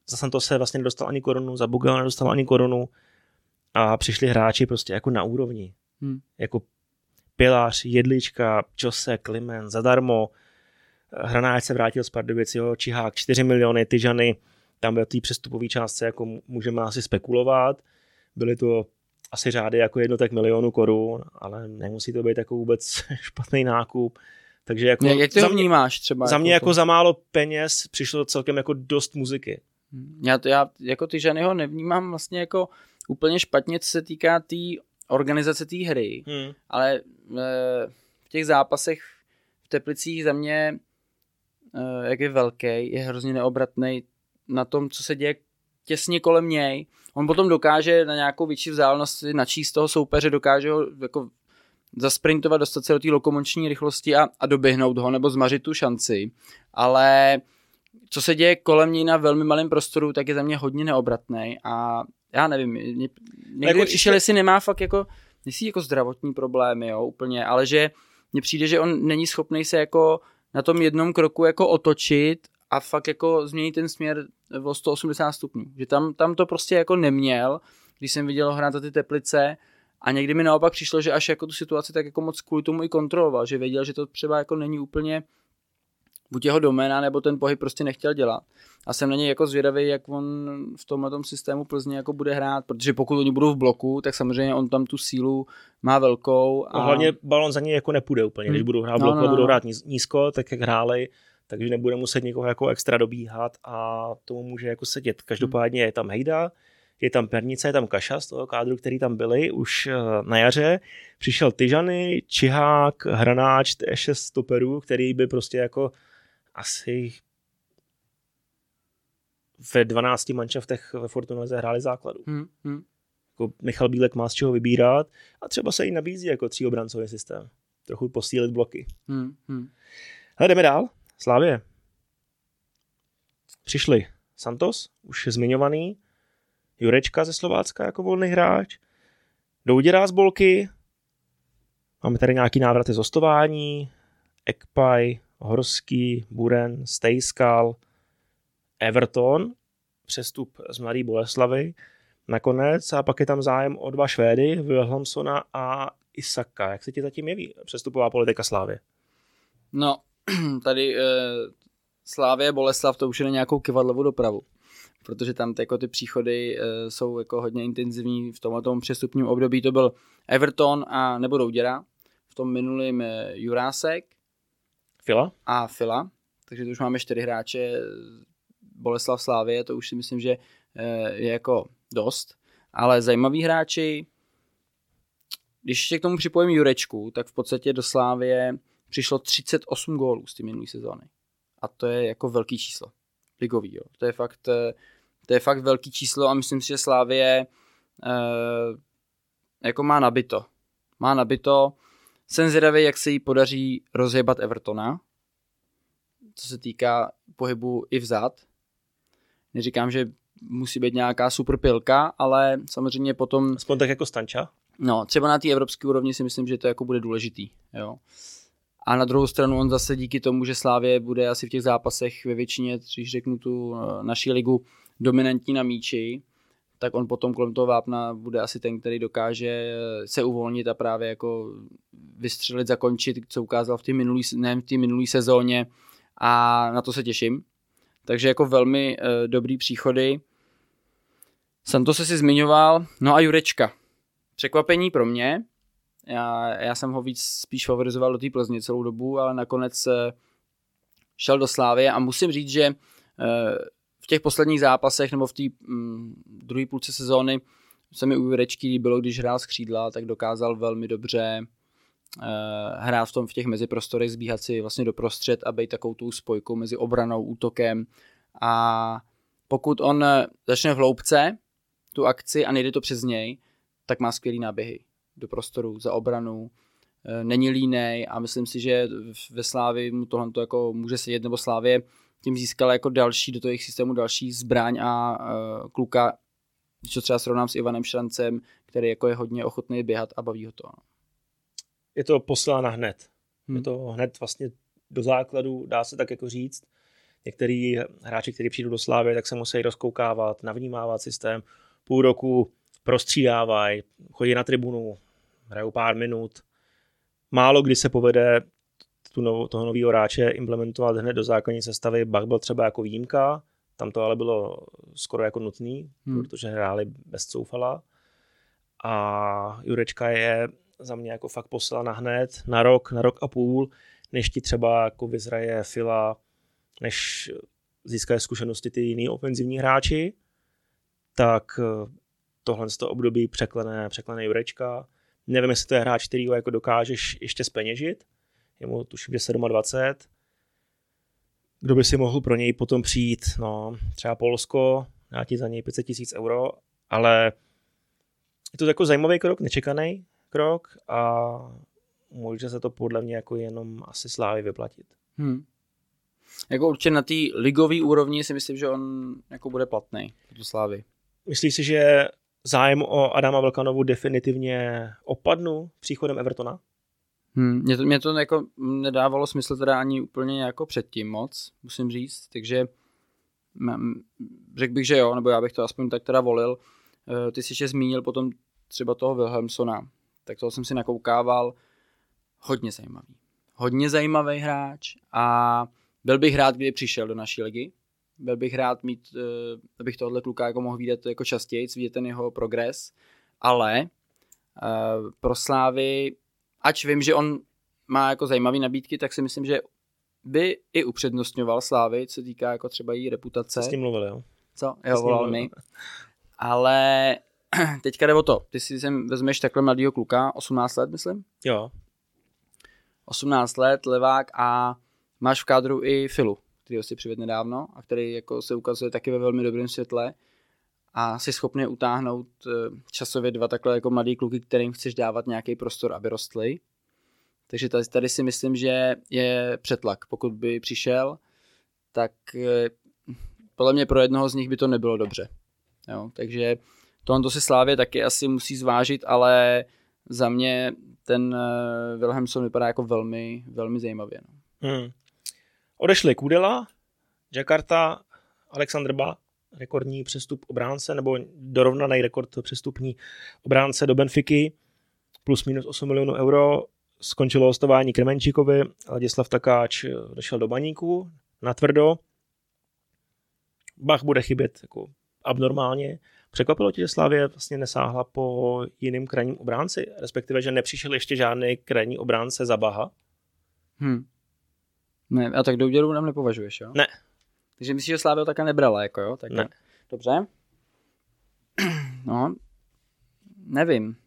za Santos se vlastně nedostal ani korunu, za Bugel nedostal ani korunu a přišli hráči prostě jako na úrovni. Jako Pilař, Jedlička, Čose, Klimen, zadarmo. Hranáč se vrátil z Pardubic, jo, Čihák, 4 miliony, Tyžany, tam byl té přestupové částce, jako můžeme asi spekulovat. Byly to asi řády jako jednotek milionů korun, ale nemusí to být jako vůbec špatný nákup. Takže jako jak ty ho vnímáš třeba? Za mě jako za málo peněz přišlo celkem jako dost muziky. Já jako Tyžany ho nevnímám vlastně jako úplně špatně, co se týká té organizace té hry, ale v těch zápasech v Teplicích za mě, jak je velký, je hrozně neobratný na tom, co se děje těsně kolem něj. On potom dokáže na nějakou větší vzdálenost načíst toho soupeře, dokáže ho jako zasprintovat, dostat se do té lokomoční rychlosti a doběhnout ho, nebo zmařit tu šanci. Ale co se děje kolem něj na velmi malém prostoru, tak je za mě hodně neobratný a já nevím, někdy přišel, jestli nemá fakt jako, jestli jako zdravotní problémy, jo, úplně, ale že mně přijde, že on není schopný se jako na tom jednom kroku jako otočit a fakt jako změnit ten směr o 180 stupňů. Že tam to prostě jako neměl, když jsem viděl hrát za ty Teplice a někdy mi naopak přišlo, že až jako tu situaci tak jako moc kvůli tomu i kontroloval, že věděl, že to třeba jako není úplně buď jeho doména, nebo ten pohyb prostě nechtěl dělat. A jsem na něj jako zvědavý, jak on v tomhletom systému Plzně jako bude hrát, protože pokud oni budou v bloku, tak samozřejmě on tam tu sílu má velkou. A hlavně balon za něj jako nepůjde úplně, když budou hrát v bloku a budou hrát nízko, tak jak hráli, takže nebude muset někoho jako extra dobíhat a tomu může jako sedět. Každopádně je tam Hejda, je tam Pernice, je tam Kaša z toho kádru, který tam byli už na jaře. Přišel Tyžany, Čihák, Hranáč, 6 stoperů, který by prostě jako asi ve 12 manšaftech ve Fortuna Lize hráli základu. Jako Michal Bílek má z čeho vybírat a třeba se jí nabízí jako tříobrancový systém. Trochu posílit bloky. Ale jdeme dál. Slavie. Přišli Santos, už zmiňovaný, Jurečka ze Slovácka jako volný hráč, Douděra z Bolky, máme tady nějaký návraty z hostování, Ekpaj, Horský, Buren, Stejskal, Everton, přestup z Mladé Boleslavy nakonec a pak je tam zájem o 2 Švédy, Wilhelmsona a Isaka. Jak se ti zatím jeví přestupová politika Slávie? No, tady Slávie Boleslav to už je na nějakou kyvadlovou dopravu, protože tam jako ty příchody jsou jako hodně intenzivní. V tomto přestupním období to byl Everton a nebo Douděra, v tom minulým Jurásek, Fila, takže tu už máme 4 hráče, Boleslav Slávie, to už si myslím, že je jako dost, ale zajímaví hráči, když ještě k tomu připojím Jurečku, tak v podstatě do Slávie přišlo 38 gólů z té minulé sezóny a to je jako velký číslo, ligový, jo. To je fakt velký číslo a myslím si, že Slávie jako má nabito. Jsem zvědavý, jak se jí podaří rozjebat Evertona, co se týká pohybu i vzad. Neříkám, že musí být nějaká super pilka, ale samozřejmě potom... Aspoň tak jako Stanča. No, třeba na té evropské úrovni si myslím, že to jako bude důležitý. Jo. A na druhou stranu on zase díky tomu, že Slávie bude asi v těch zápasech ve většině, když řeknu tu naší ligu, dominantní na míči, tak on potom kolem toho vápna bude asi ten, který dokáže se uvolnit a právě jako vystřelit, zakončit, co ukázal v té minulé sezóně a na to se těším. Takže jako velmi dobrý příchody. Santos se si zmiňoval, no a Jurečka. Překvapení pro mě. Já jsem ho víc spíš favorizoval do té Plzně celou dobu, ale nakonec šel do Slávie a musím říct, že v těch posledních zápasech nebo v té druhé půlce sezóny se mi u Jurečky líbilo, když hrál z křídla, tak dokázal velmi dobře hrát v těch meziprostorech, zbíhat si vlastně doprostřed a být takovou tou spojkou mezi obranou, útokem a pokud on začne v hloubce tu akci a nejde to přes něj, tak má skvělý náběhy do prostoru, za obranu, není línej a myslím si, že ve Slávii mu tohle jako může sedět, nebo Slávie tím získala jako další do toho jejich systému další zbraň a kluka, když to třeba srovnám s Ivanem Šrancem, který jako je hodně ochotný běhat a baví ho to. Je to poslána hned. Je to hned vlastně do základu, dá se tak jako říct. Některý hráči, kteří přijdou do Slávy, tak se musí rozkoukávat, navnímávat systém, půl roku prostřídávají, chodí na tribunu, hrajou pár minut. Málo kdy se povede toho nového hráče implementovat hned do základní sestavy. Bach byl třeba jako výjimka, tam to ale bylo skoro jako nutný, protože hráli bez Coufala. A Jurečka je za mě jako fakt poslána hned na rok a půl, než ti třeba jako vyzraje Fila, než získají zkušenosti ty jiný ofenzivní hráči, tak tohle z toho období překlene Jurečka. Nevím, jestli to je hráč, který ho jako dokážeš ještě zpeněžit. Je mu tuším, že 27. Kdo by si mohl pro něj potom přijít? No, třeba Polsko, dá ti za něj 500 000 euro, ale je to jako zajímavý krok, nečekaný krok a může se to podle mě jako jenom asi Slávy vyplatit. Jako určitě na té ligové úrovni si myslím, že on jako bude platný do Slávy. Myslíš si, že zájem o Adama Vlkanovu definitivně opadnu příchodem Evertona? Mě to jako nedávalo smysl teda ani úplně jako předtím moc, musím říct, takže řekl bych, že jo, nebo já bych to aspoň tak teda volil. Ty jsi ještě zmínil potom třeba toho Wilhelmsona, tak toho jsem si nakoukával, hodně zajímavý hráč a byl bych rád, kdyby přišel do naší ligy. Byl bych rád abych tohle kluka jako mohl vidět jako častěji, vidět ten jeho progres, ale pro Slávy, ač vím, že on má jako zajímavý nabídky, tak si myslím, že by i upřednostňoval Slávy, co týká jako třeba její reputace. S tím mluvil, jo? Co? Jo, volal mi. Ale teďka jde o to. Ty si sem vezmeš takhle mladýho kluka, 18 let, myslím? Jo. 18 let, levák a máš v kádru i Filu, kterýho si přivedl nedávno a který jako se ukazuje taky ve velmi dobrém světle a jsi schopný utáhnout časově 2 takhle jako mladý kluky, kterým chceš dávat nějaký prostor, aby rostly. Takže tady si myslím, že je přetlak. Pokud by přišel, tak podle mě pro jednoho z nich by to nebylo dobře. Jo, takže tohle si Slávě taky asi musí zvážit, ale za mě ten Wilhelmsson vypadá jako velmi, velmi zajímavě. No. Odešli Kudela, Jakarta, Alexander Ba, rekordní přestup obránce, nebo dorovnaný rekord přestupní obránce do Benfiky, plus minus 8 milionů euro. Skončilo hostování Kremenčíkovi, Ladislav Takáč došel do Baníku, natvrdo. Bach bude chybět jako abnormálně. Překvapilo tě, že Slavie vlastně nesáhla po jiným krajním obránci, respektive, že nepřišel ještě žádný krajní obránce za Baha? Ne, a tak Douděru nám nepovažuješ, jo? Ne. Takže myslíš, že Slavia taka nebrala, jako jo? Tak ne. Dobře. No, nevím,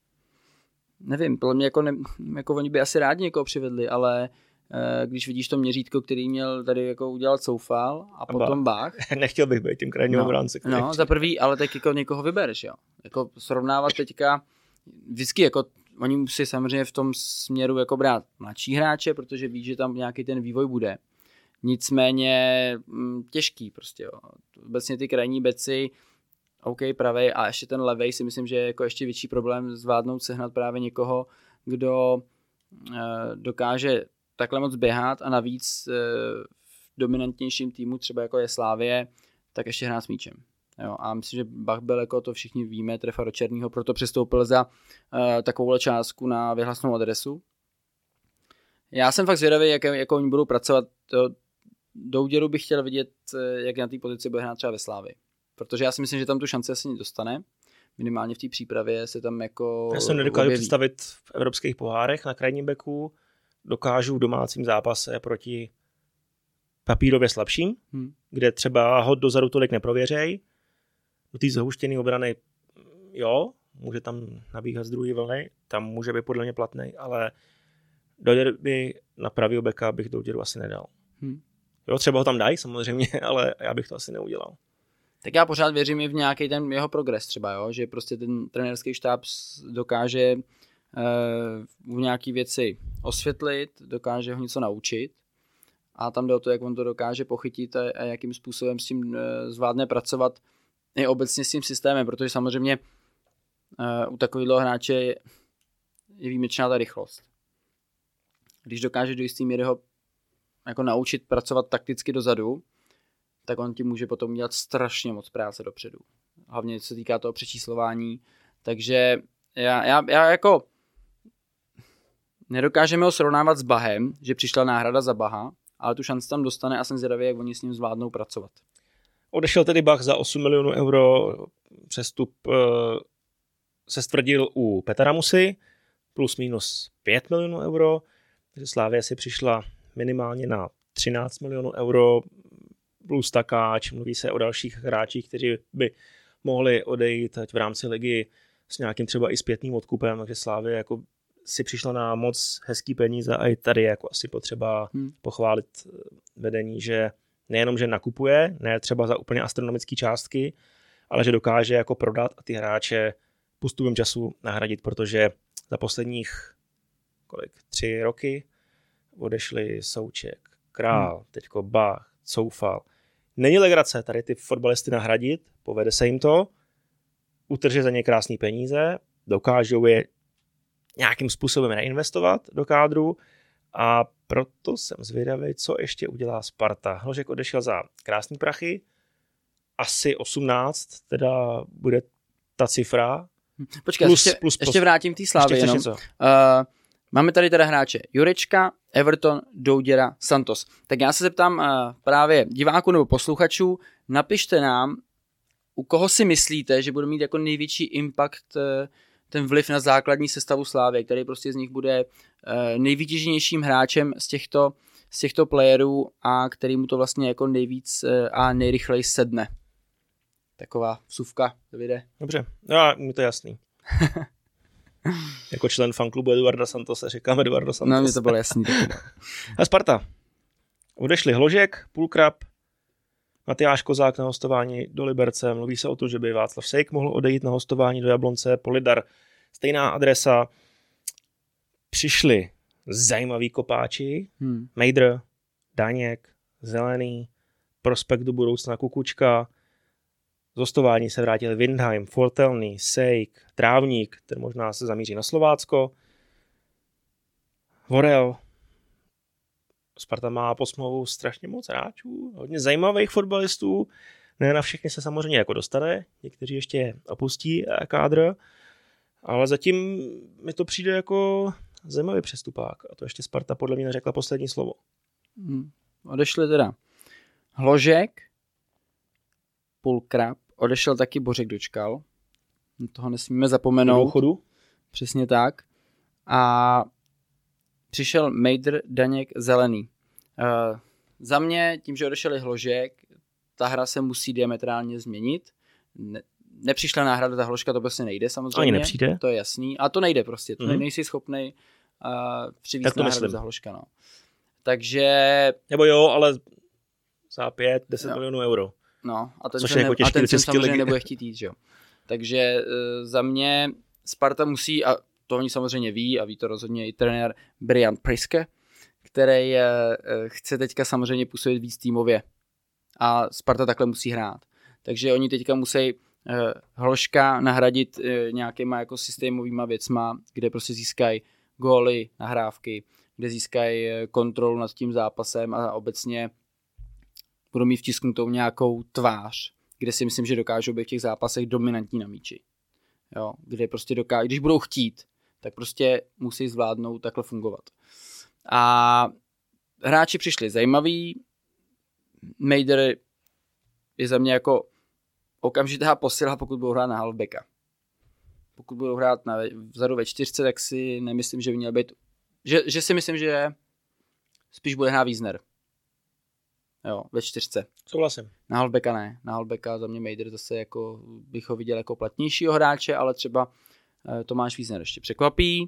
podle mě jako oni by asi rádi někoho přivedli, ale když vidíš to měřítko, který měl tady jako udělat Coufal a potom Bach. Nechtěl bych být tím krajním obránce. No, za prvý, ale tak jako někoho vybereš, jo. Jako srovnávat teďka, vždycky jako oni musí samozřejmě v tom směru jako brát mladší hráče, protože ví, že tam nějaký ten vývoj bude. Nicméně těžký prostě, jo. Obecně ty krajní beci, OK, pravej a ještě ten levej si myslím, že je jako ještě větší problém zvládnout sehnat právě někoho, kdo dokáže takhle moc běhat a navíc v dominantnějším týmu, třeba jako je Slávie, tak ještě hrát s míčem. Jo, a myslím, že Bach byl, jako to všichni víme, trefa do černého, proto přestoupil za takovouhle částku na vyhlasnou adresu. Já jsem fakt zvědavý, jak oni budou pracovat. Douděru bych chtěl vidět, jak na té pozici bude hrát třeba ve Slávii. Protože já si myslím, že tam tu šanci asi dostane. Minimálně v té přípravě se tam jako já jsem nedokážu představit v evropských pohárech na krajním beku. Dokážu v domácím zápase proti papírově slabším, kde třeba hod dozadu tolik neprověřej. Do té zahuštěné obrany, jo, může tam nabíhat z druhé vlny, tam může být podle mě platnej, ale do derby na pravýho beka bych Douděru asi nedal. Jo, třeba ho tam dají samozřejmě, ale já bych to asi neudělal. Tak já pořád věřím i v nějaký ten jeho progres třeba, jo? Že prostě ten trenérský štáb dokáže v nějaký věci osvětlit, dokáže ho něco naučit a tam jde o to, jak on to dokáže pochytit a jakým způsobem s tím zvládne pracovat i obecně s tím systémem, protože samozřejmě u takového hráče je výjimečná ta rychlost. Když dokáže do jistý míry ho jako naučit pracovat takticky dozadu, tak on ti může potom dělat strašně moc práce dopředu. Hlavně co se týká toho přečíslování. Takže já jako nedokážeme ho srovnávat s Bahem, že přišla náhrada za Baha, ale tu šanci tam dostane a jsem zvědavý, jak oni s ním zvládnou pracovat. Odešel tedy Bach za 8 milionů euro, přestup se stvrdil u Petra Musy, plus minus 5 milionů euro, takže Slavia si přišla minimálně na 13 milionů euro, plus takáč, mluví se o dalších hráčích, kteří by mohli odejít v rámci ligy s nějakým třeba i zpětným odkupem, takže Slavia jako si přišla na moc hezký peníze a i tady je jako asi potřeba pochválit vedení, že nejenom, že nakupuje, ne třeba za úplně astronomické částky, ale že dokáže jako prodat a ty hráče postupem času nahradit, protože za posledních 3 roky odešli Souček, Král, teďko Bach, Coufal. Není legrace tady ty fotbalisty nahradit, povede se jim to, utrží za ně krásné peníze, dokážou je nějakým způsobem reinvestovat do kádru a proto jsem zvědavý, co ještě udělá Sparta. Hložek odešel za krásný prachy, asi 18, teda bude ta cifra. Počkej, ještě vrátím té Slávy jenom. Máme tady teda hráče Jurečka, Everton, Douděra, Santos. Tak já se zeptám právě diváků nebo posluchačů, napište nám, u koho si myslíte, že bude mít jako největší impact ten vliv na základní sestavu Slávy, který prostě z nich bude nejvytíženějším hráčem z těchto playerů a který mu to vlastně jako nejvíc a nejrychleji sedne. Taková vsuvka, to vyjde. Dobře, mi to jasný. Jako člen fanklubu Eduarda Santose říkám Eduardo Santos. No, mi to bylo jasný. A Sparta. Odešli Hložek, Půlkrab, Matyáš Kozák na hostování do Liberce. Mluví se o tom, že by Václav Sejk mohl odejít na hostování do Jablonce. Polidar, stejná adresa. Přišli zajímaví kopáči. Mejdr, Daněk, Zelený, prospekt do budoucna Kukučka. Z hostování se vrátili Windheim, Fortelný, Sejk, Trávník, ten možná se zamíří na Slovácko. Vorel. Sparta má po smlouvu strašně moc hráčů, hodně zajímavých fotbalistů. Ne na všechny se samozřejmě jako dostane, někteří ještě opustí kádr, ale zatím mi to přijde jako zajímavý přestupák. A to ještě Sparta podle mě neřekla poslední slovo. Odešli teda Hložek, Půlkrab, odešel taky Bořek Dočkal. Toho nesmíme zapomenout. Do důchodu. Přesně tak. A přišel Mejdr, Daněk, Zelený. Za mě, tím, že odešel Hložek, ta hra se musí diametrálně změnit. Nepřišla náhrada, ta Hložka to prostě nejde samozřejmě. Ani nepřijde. To je jasný. A to nejde prostě. To nejsi schopnej přivést náhradu za Hložka. No. Takže... Nebo jo, ale za 5-10 milionů euro. No, a ten ten samozřejmě nebude chtít jít, že jo. Takže za mě Sparta musí, a to oni samozřejmě ví, a ví to rozhodně i trenér Brian Priske, který chce teďka samozřejmě působit víc týmově. A Sparta takhle musí hrát. Takže oni teďka musí Hložka nahradit nějakýma jako systémovýma věcma, kde prostě získají góly, nahrávky, kde získají kontrolu nad tím zápasem a obecně budou mít vtisknutou nějakou tvář, kde si myslím, že dokážou být v těch zápasech dominantní na míči. Jo, kde prostě když budou chtít, tak prostě musí zvládnout takhle fungovat. A hráči přišli zajímaví. Mejdr je za mě jako okamžitá posila, pokud budou hrát na halfbacka. Pokud budou hrát vzadu ve 4, tak si nemyslím, že by měl být... Že si myslím, že spíš bude hrát Wiesner. Jo, ve 4. Souhlasím. Na halfbacka ne. Na halfbacka za mě Mejdr zase jako bych ho viděl jako platnějšího hráče, ale třeba Tomáš Wiesner ještě překvapí.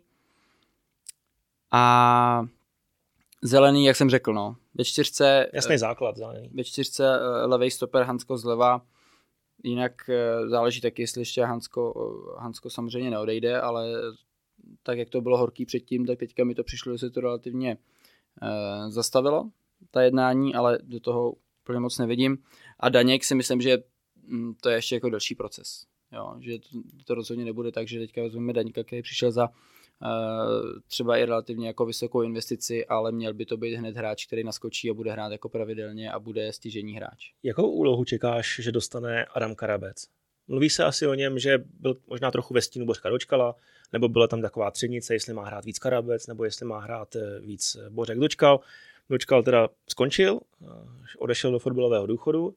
A Zelený, jak jsem řekl, no. Ve 4. Jasný základ Zelený. Ve 4. levej stoper Hansko zleva. Jinak záleží taky, jestli ještě Hansko samozřejmě neodejde, ale tak, jak to bylo horký předtím, tak teďka mi to přišlo, že se to relativně zastavilo, ta jednání, ale do toho úplně moc nevidím. A Daněk si myslím, že to je ještě jako další proces. Jo, že to rozhodně nebude tak, že teďka vezmeme Daňka, který přišel za třeba i relativně jako vysokou investici, ale měl by to být hned hráč, který naskočí a bude hrát jako pravidelně a bude stěžejní hráč. Jakou úlohu čekáš, že dostane Adam Karabec? Mluví se asi o něm, že byl možná trochu ve stínu Bořka Dočkala, nebo byla tam taková třenice, jestli má hrát víc Karabec, nebo jestli má hrát víc Bořek Dočkal. Dočkal teda skončil, odešel do fotbalového důchodu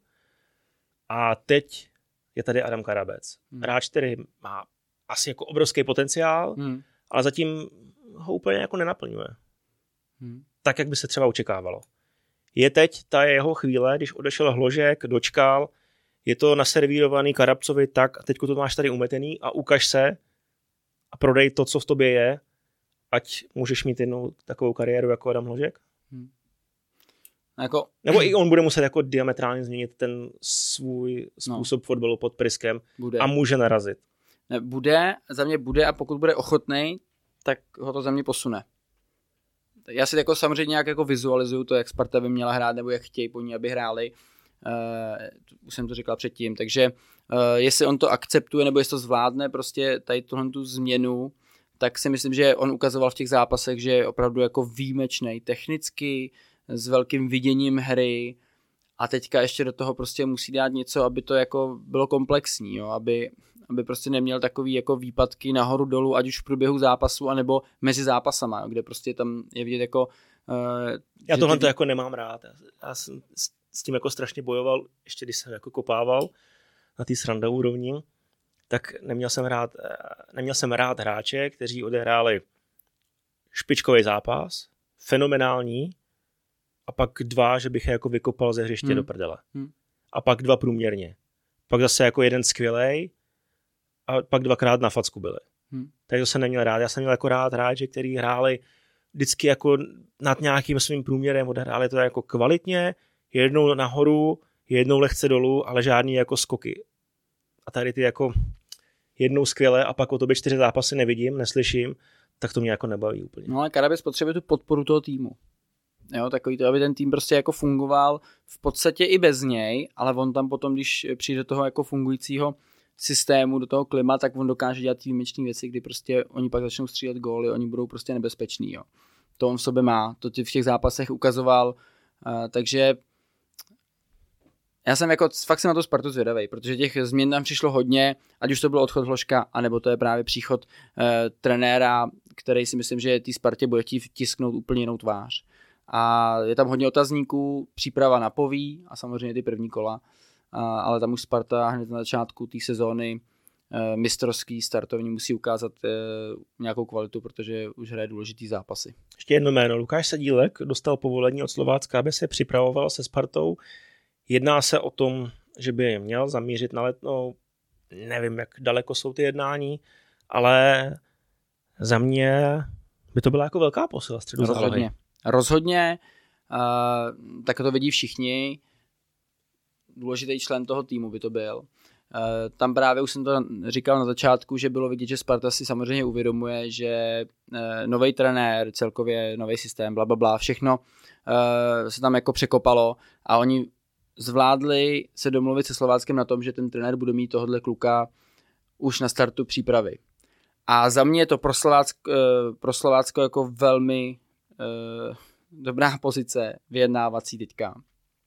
a teď je tady Adam Karabec. Hráč, který má asi jako obrovský potenciál, ale zatím ho úplně jako nenaplňuje. Tak, jak by se třeba očekávalo. Je teď ta jeho chvíle, když odešel Hložek, Dočkal, je to naservírovaný Karabcovi tak a teď to máš tady umetený a ukaž se a prodej to, co v tobě je, ať můžeš mít jednou takovou kariéru jako Adam Hložek? Jako... Nebo i on bude muset jako diametrálně změnit ten svůj způsob fotbalu pod Pryskem a může narazit. Za mě bude a pokud bude ochotnej, tak ho to za mě posune. Já si jako samozřejmě nějak jako vizualizuju to, jak Sparta by měla hrát nebo jak chtějí po ní, aby hráli. Už jsem to říkal předtím, takže jestli on to akceptuje nebo jestli to zvládne prostě tady tu změnu, tak si myslím, že on ukazoval v těch zápasech, že je opravdu jako výjimečný technicky, s velkým viděním hry a teďka ještě do toho prostě musí dát něco, aby to jako bylo komplexní, jo? Aby prostě neměl takový jako výpadky nahoru dolů, ať už v průběhu zápasu, anebo mezi zápasama, kde prostě tam je vidět jako... Já tohle to jako nemám rád. Já jsem s tím jako strašně bojoval, ještě když jsem jako kopával na té sranda úrovni, tak neměl jsem rád hráče, kteří odehráli špičkový zápas, fenomenální, a pak 2, že bych je jako vykopal ze hřiště do prdele. A pak 2 průměrně. Pak zase jako 1 skvělej a pak 2krát na facku byli. Takže to jsem neměl rád. Já jsem měl jako rád hráče, kteří hráli vždycky jako nad nějakým svým průměrem, odehráli to jako kvalitně, jednou nahoru, jednou lehce dolů, ale žádný jako skoky. A tady ty jako jednou skvěle a pak o tobě 4 zápasy nevidím, neslyším, tak to mě jako nebaví úplně. No ale Karabec potřebuje tu podporu toho týmu. Jo, takový to, aby ten tým prostě jako fungoval v podstatě i bez něj, ale on tam potom, když přijde do toho jako fungujícího systému, do toho klima, tak on dokáže dělat ty výjimečné věci, kdy prostě oni pak začnou střílet góly, oni budou prostě nebezpeční. Jo. To on v sobě má, to v těch zápasech ukazoval, takže já jsem jako, fakt jsem na to Spartu zvědavej, protože těch změn tam přišlo hodně, ať už to byl odchod Hložka, anebo to je právě příchod trenéra, který si myslím, že té Spartě bude chtít tisknout úplně jinou tvář. A je tam hodně otazníků, příprava na poví a samozřejmě ty první kola, ale tam už Sparta hned na začátku té sezóny mistrovský startovní musí ukázat nějakou kvalitu, protože už hraje důležitý zápasy. Ještě jedno jméno, Lukáš Sadílek dostal povolení od Slovácka, aby se připravoval se Spartou. Jedná se o tom, že by měl zamířit na Letnou, nevím, jak daleko jsou ty jednání, ale za mě by to byla jako velká posila středu zálohy. Rozhodně, tak to vidí všichni, důležitý člen toho týmu by to byl. Tam právě už jsem to říkal na začátku, že bylo vidět, že Sparta si samozřejmě uvědomuje, že nový trenér, celkově nový systém, blablabla, všechno se tam jako překopalo a oni zvládli se domluvit se Slováckem na tom, že ten trenér bude mít tohohle kluka už na startu přípravy. A za mě je to pro Slovácko jako velmi dobrá pozice vyjednávací teďka.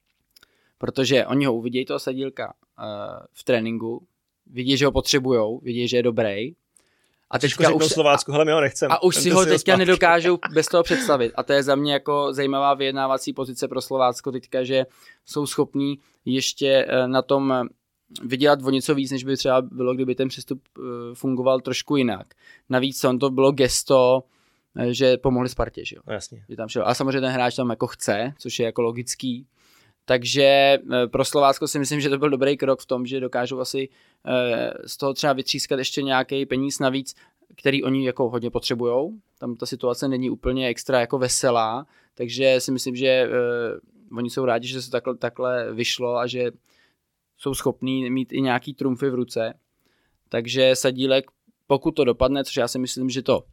Protože oni ho uvidějí, toho Sadílka, v tréninku, vidí, že ho potřebujou, vidí, že je dobrý. A teďka už Slovácku, hele, my ho nechceme. A už si ho teďka nedokážou bez toho představit. A to je za mě jako zajímavá vyjednávací pozice pro Slovácko teďka, že jsou schopní ještě na tom vydělat o něco víc, než by třeba bylo, kdyby ten přestup fungoval trošku jinak. Navíc on to bylo gesto, že pomohli Spartě, že jo. No, jasně. Že tam šel. A samozřejmě ten hráč tam jako chce, což je jako logický. Takže pro Slovácko si myslím, že to byl dobrý krok v tom, že dokážou asi z toho třeba vytřískat ještě nějaký peníz navíc, který oni jako hodně potřebujou. Tam ta situace není úplně extra jako veselá, takže si myslím, že oni jsou rádi, že se takhle vyšlo a že jsou schopní mít i nějaký trumfy v ruce. Takže Sadílek, pokud to dopadne, což já si myslím, že to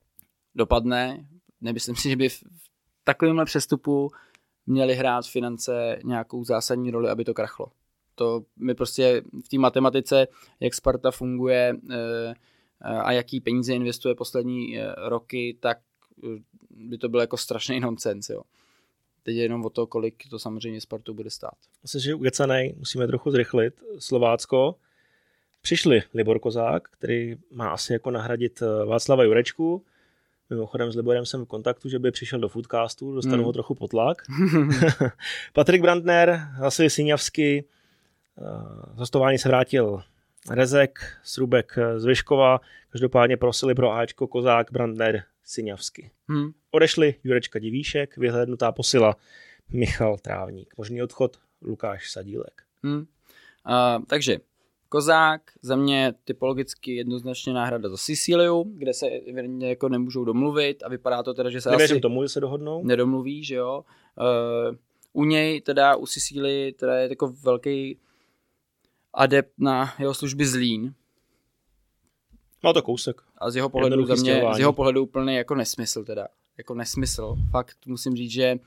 dopadne, nemyslím si, že by v takovémhle přestupu měli hrát finance nějakou zásadní roli, aby to krachlo. To my prostě v té matematice, jak Sparta funguje, a jaký peníze investuje poslední roky, tak by to byl jako strašný nonsens, jo. Teď je jenom o to, kolik to samozřejmě Spartu bude stát. Myslím, že ukecanej, musíme trochu zrychlit. Slovácko. Přišli Libor Kozák, který má asi jako nahradit Václava Jurečku. Mimochodem s Liborem jsem v kontaktu, že by přišel do Foodcastu, dostanu ho trochu pod tlak. Patrik Brandner, Vasilij Siňavský, hostování se vrátil Rezek, Srubek z Vyškova, každopádně prosili pro Ačko Kozák, Brandner, Siňavský. Odešli Jurečka Divíšek, vyhlédnutá posila Michal Trávník. Možný odchod Lukáš Sadílek. Takže Kozák, za mě typologicky jednoznačně náhrada za Sicíliu, kde se evidentně jako nemůžou domluvit a vypadá to teda, že se nevěřím tomu, že se dohodnou. Nedomluví, že jo. U něj teda, u Sicílii teda je jako velký adept na jeho služby Zlín. Má to kousek. A z jeho pohledu za mě, z jeho pohledu úplně jako nesmysl teda. Jako nesmysl. Fakt musím říct, že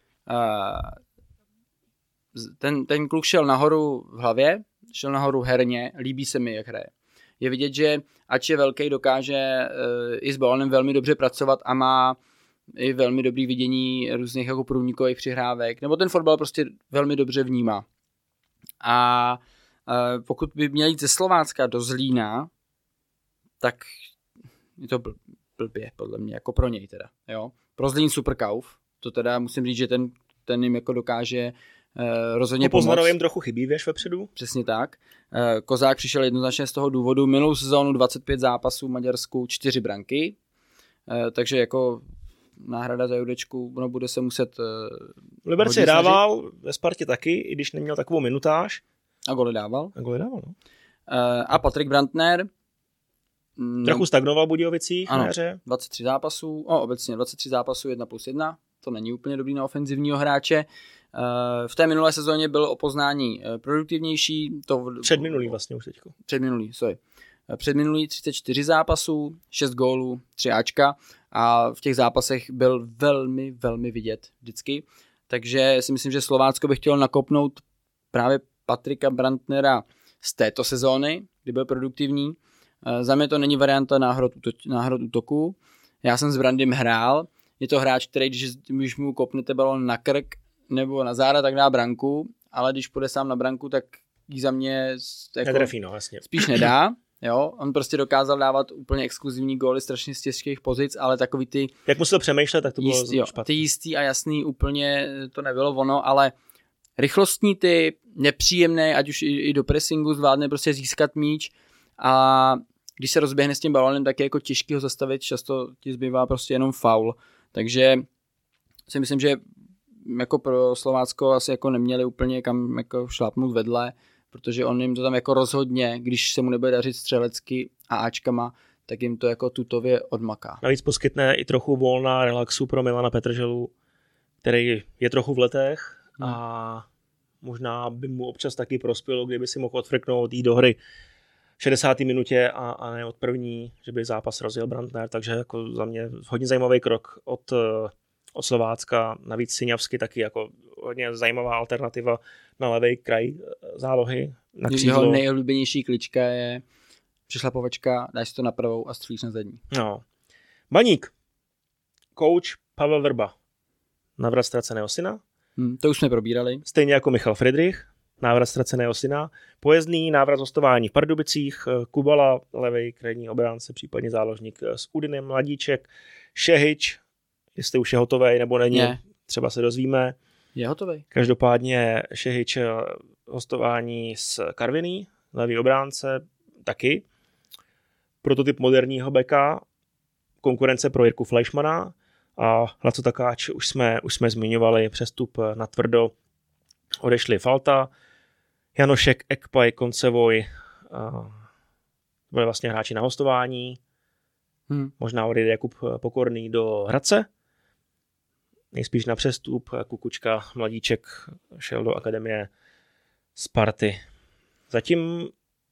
ten kluk šel nahoru v hlavě, šel nahoru herně, líbí se mi, jak hraje. Je vidět, že ač je velký, dokáže i s balonem velmi dobře pracovat a má i velmi dobrý vidění různých jako průnikových přihrávek, nebo ten fotbal prostě velmi dobře vnímá. A pokud by měl jít ze Slovácka do Zlína, tak je to blbě, podle mě, jako pro něj teda. Jo? Pro Zlín super kauf, to teda musím říct, že ten jim jako dokáže rozhodně pomoct. Poznanou jim trochu chybí, věš, vepředu? Přesně tak. Kozák přišel jednoznačně z toho důvodu, minulou sezónu 25 zápasů v Maďarsku, 4 branky, takže jako náhrada za Jurečku, ono bude se muset Liberci hrával, ve Spartě taky, i když neměl takovou minutáž. A goly dával. No. A Patrik Brandner. Trochu stagnoval v Budějovicích. Ano, 23 zápasů, obecně 23 zápasů 1+1, to není úplně dobrý na ofenzivního hráče. V té minulé sezóně byl o poznání produktivnější. Předminulý vlastně už teďko. Předminulý 34 zápasů, 6 gólů, 3 Ačka a v těch zápasech byl velmi, velmi vidět vždycky. Takže si myslím, že Slovácko by chtělo nakopnout právě Patrika Brandnera z této sezóny, kdy byl produktivní. Za mě to není varianta náhrad útoku. Já jsem s Brandym hrál. Je to hráč, který, když mu kopnete balon na krk nebo na záda, tak dá branku, ale když půjde sám na branku, tak ji za mě jako netrefí, no, jasně. Spíš nedá. Jo? On prostě dokázal dávat úplně exkluzivní góly strašně z těžkých pozic, ale takový ty... Jak musel přemýšlet, tak to bylo špatný. Ty jistý a jasný úplně to nebylo ono, ale rychlostní ty, nepříjemné, ať už i do pressingu zvládne prostě získat míč a když se rozběhne s tím balonem, tak je jako těžký ho zastavit, často ti zbývá prostě jenom faul. Takže si myslím, že jako pro Slovácko asi jako neměli úplně kam jako šlápnout vedle, protože on jim to tam jako rozhodně, když se mu nebude dařit střelecky a Ačkama, tak jim to jako tutově odmaká. Navíc poskytne i trochu volna relaxu pro Milana Petrželu, který je trochu v letech a možná by mu občas taky prospělo, kdyby si mohl odfrknout, jít do hry 60. minutě a ne od první, že by zápas rozjel Brandner, takže jako za mě hodně zajímavý krok od Slovácka, navíc Siňavsky taky jako hodně zajímavá alternativa na levý kraj zálohy. Na jeho nejoblíbenější klička je přešlapovačka, dáš si to na pravou a střílíš na zadní. No. Baník. Coach Pavel Vrba. Návrat ztraceného syna. To už jsme probírali. Stejně jako Michal Friedrich. Návrat ztraceného syna. Pojezdný návrat hostování v Pardubicích. Kubala, levý krajní obránce, případně záložník s Udinem, Mladíček, Šehič, jestli už je hotový nebo není, třeba se dozvíme. Je hotový. Každopádně Šehič hostování s Karviní, levý obránce taky. Prototyp moderního beka, konkurence pro Jirku Fleischmana a Laco Takáč už jsme zmiňovali, přestup na tvrdo. Odešli Falta, Janošek, Ekpaj, Koncevoj, byli vlastně hráči na hostování. Možná odjede Jakub Pokorný do Hradce. Nejspíš na přestup. Kukučka, Mladíček šel do akademie Sparty. Zatím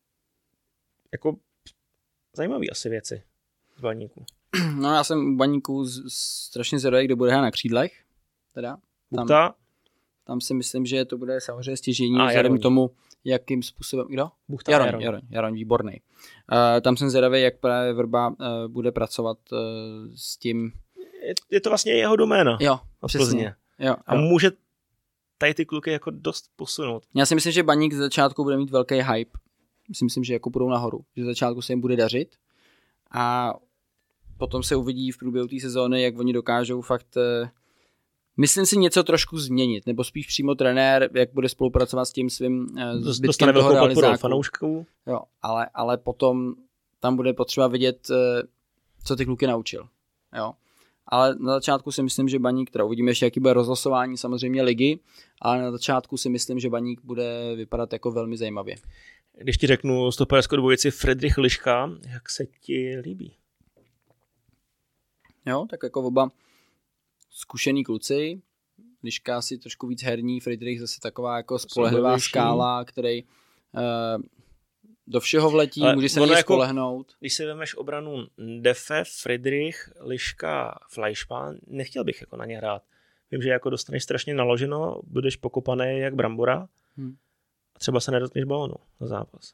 jako zajímavý asi věci z Baníku. No já jsem u Baníku strašně zvědavý, kdo bude hrát na křídlech. Teda. Tam si myslím, že to bude samozřejmě stěžení vzhledem k tomu, jakým způsobem, kdo? Buchta Jaroň, výborný. Tam jsem zvědavý, jak právě Vrba bude pracovat s tím. Je to vlastně jeho doména. Jo, přesně. Jo. A může tady ty kluky jako dost posunout. Já si myslím, že Baník z začátku bude mít velký hype. Myslím, že jako budou nahoru. Že z začátku se jim bude dařit a potom se uvidí v průběhu té sezóny, jak oni dokážou fakt, myslím si, něco trošku změnit, nebo spíš přímo trenér, jak bude spolupracovat s tím svým zbytkem toho realizáku. Fanoušků. Jo, ale potom tam bude potřeba vidět, co ty kluky naučil. Jo. Ale na začátku si myslím, že Baník, teda uvidíme ještě, jaký bude rozlosování samozřejmě ligy, ale na začátku si myslím, že Baník bude vypadat jako velmi zajímavě. Když ti řeknu stoperskou dvojici Friedrich Liška, jak se ti líbí? Jo, tak jako oba zkušený kluci, Liška asi trošku víc herní, Friedrich zase taková jako spolehlivá skála, který do všeho vletí, může se na něj jako spolehnout. Když si vemeš obranu Defe, Friedrich, Liška, Fleischmann, nechtěl bych jako na ně hrát. Vím, že jako dostaneš strašně naloženo, budeš pokopaný jak brambora a třeba se nedotkneš balonu na zápas.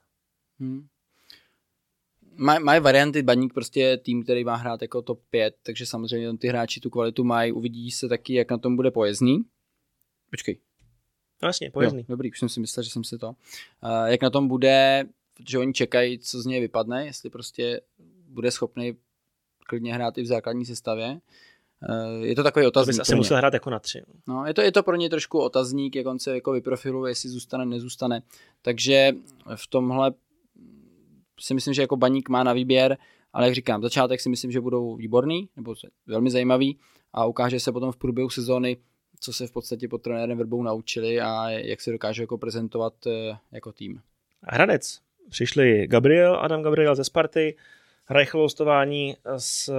Mají varianty, Baník prostě je tým, který má hrát jako top 5, takže samozřejmě ty hráči tu kvalitu mají, uvidí se taky, jak na tom bude Pojezdný. Počkej. No jasně, Pojezdný. Jo, dobrý, už jsem si myslel, že jsem si to. Jak na tom bude, protože oni čekají, co z něj vypadne, jestli prostě bude schopný klidně hrát i v základní sestavě. Je to takový otazník. To bys asi musel hrát jako na 3. No, je to pro ně trošku otazník, jak on se jako vyprofiluje, jestli zůstane, nezůstane. Takže v tomhle si myslím, že jako Baník má na výběr, ale jak říkám, začátek si myslím, že budou výborný, nebo velmi zajímavý a ukáže se potom v průběhu sezóny, co se v podstatě pod trenérem Vrbou naučili a jak se dokáže jako prezentovat jako tým. Hradec. Přišli Adam Gabriel ze Sparty, Reichl hostování z